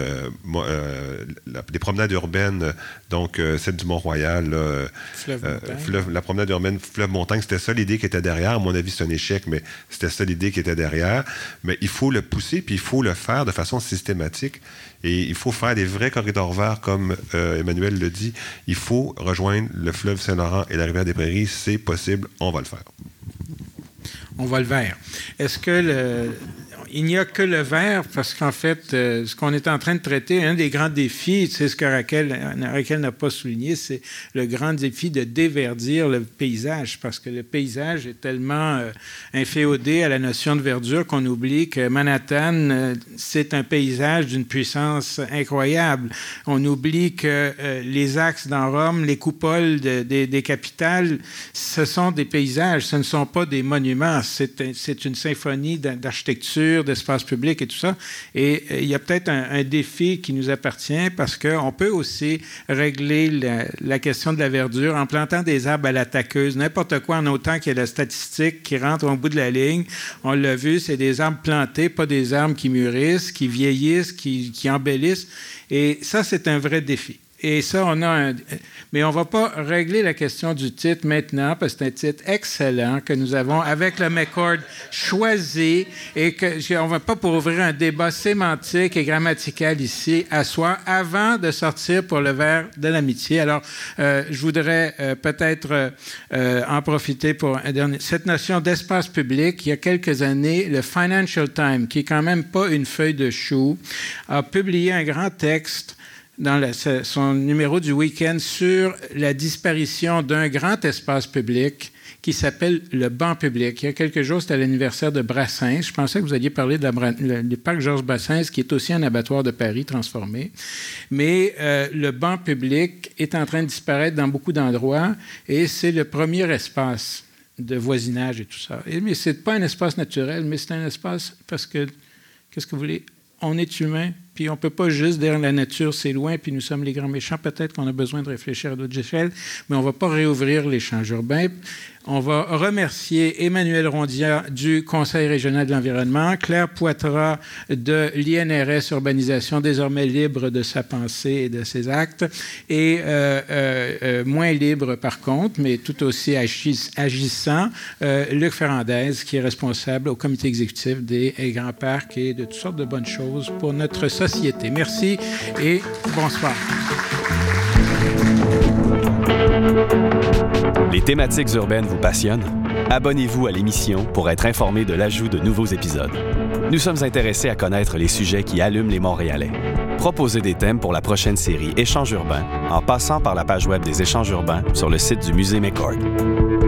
Speaker 5: euh, la, les promenades urbaines, donc euh, celle du Mont-Royal, là,
Speaker 2: fleuve
Speaker 5: euh, fleuve, la promenade urbaine fleuve-montagne, c'était ça l'idée qui était derrière. À mon avis, c'est un échec, mais c'était ça l'idée qui était derrière. Mais il faut le pousser, puis il faut le faire de façon systématique. Et il faut faire des vrais corridors verts, comme euh, Emmanuel le dit. Il faut rejoindre le fleuve Saint-Laurent et la rivière des Prairies. C'est possible, on va le faire.
Speaker 2: On va le faire. Est-ce que le... Il n'y a que le vert, parce qu'en fait, euh, ce qu'on est en train de traiter, un des grands défis, c'est ce que Raquel, Raquel n'a pas souligné, c'est le grand défi de déverdir le paysage, parce que le paysage est tellement euh, inféodé à la notion de verdure qu'on oublie que Manhattan, euh, c'est un paysage d'une puissance incroyable. On oublie que euh, les axes dans Rome, les coupoles de, de, des capitales, ce sont des paysages, ce ne sont pas des monuments, c'est, un, c'est une symphonie d'architecture, d'espace public et tout ça. Et euh, il y a peut-être un, un défi qui nous appartient parce qu'on peut aussi régler la, la question de la verdure en plantant des arbres à la taqueuse, n'importe quoi, en autant qu'il y a la statistique qui rentre au bout de la ligne. On l'a vu, c'est des arbres plantés, pas des arbres qui mûrissent, qui vieillissent, qui, qui embellissent. Et ça, c'est un vrai défi. Et ça, on a un... Mais on ne va pas régler la question du titre maintenant, parce que c'est un titre excellent que nous avons, avec le McCord, choisi, et que on ne va pas pour ouvrir un débat sémantique et grammatical ici, à soi, avant de sortir pour le verre de l'amitié. Alors, euh, je voudrais euh, peut-être euh, en profiter pour un dernier... Cette notion d'espace public, il y a quelques années, le Financial Times, qui est quand même pas une feuille de chou, a publié un grand texte dans la, son numéro du week-end sur la disparition d'un grand espace public qui s'appelle le banc public. Il y a quelques jours, c'était à l'anniversaire de Brassens. Je pensais que vous alliez parler de la, le, du parc Georges Brassens, qui est aussi un abattoir de Paris transformé. Mais euh, le banc public est en train de disparaître dans beaucoup d'endroits et c'est le premier espace de voisinage et tout ça. Et, mais ce n'est pas un espace naturel, mais c'est un espace parce que, qu'est-ce que vous voulez? On est humain, puis on ne peut pas juste dire la nature, c'est loin, puis nous sommes les grands méchants. Peut-être qu'on a besoin de réfléchir à d'autres échelles, mais on ne va pas réouvrir les champs urbains. On va remercier Emmanuel Rondia du Conseil régional de l'environnement, Claire Poitras de l'I N R S Urbanisation, désormais libre de sa pensée et de ses actes, et euh, euh, euh, moins libre par contre, mais tout aussi agis, agissant, euh, Luc Ferrandez, qui est responsable au comité exécutif des Grands Parcs et de toutes sortes de bonnes choses pour notre société. Merci et bonsoir.
Speaker 1: Les thématiques urbaines vous passionnent? Abonnez-vous à l'émission pour être informé de l'ajout de nouveaux épisodes. Nous sommes intéressés à connaître les sujets qui allument les Montréalais. Proposez des thèmes pour la prochaine série Échanges urbains en passant par la page web des Échanges urbains sur le site du Musée McCord.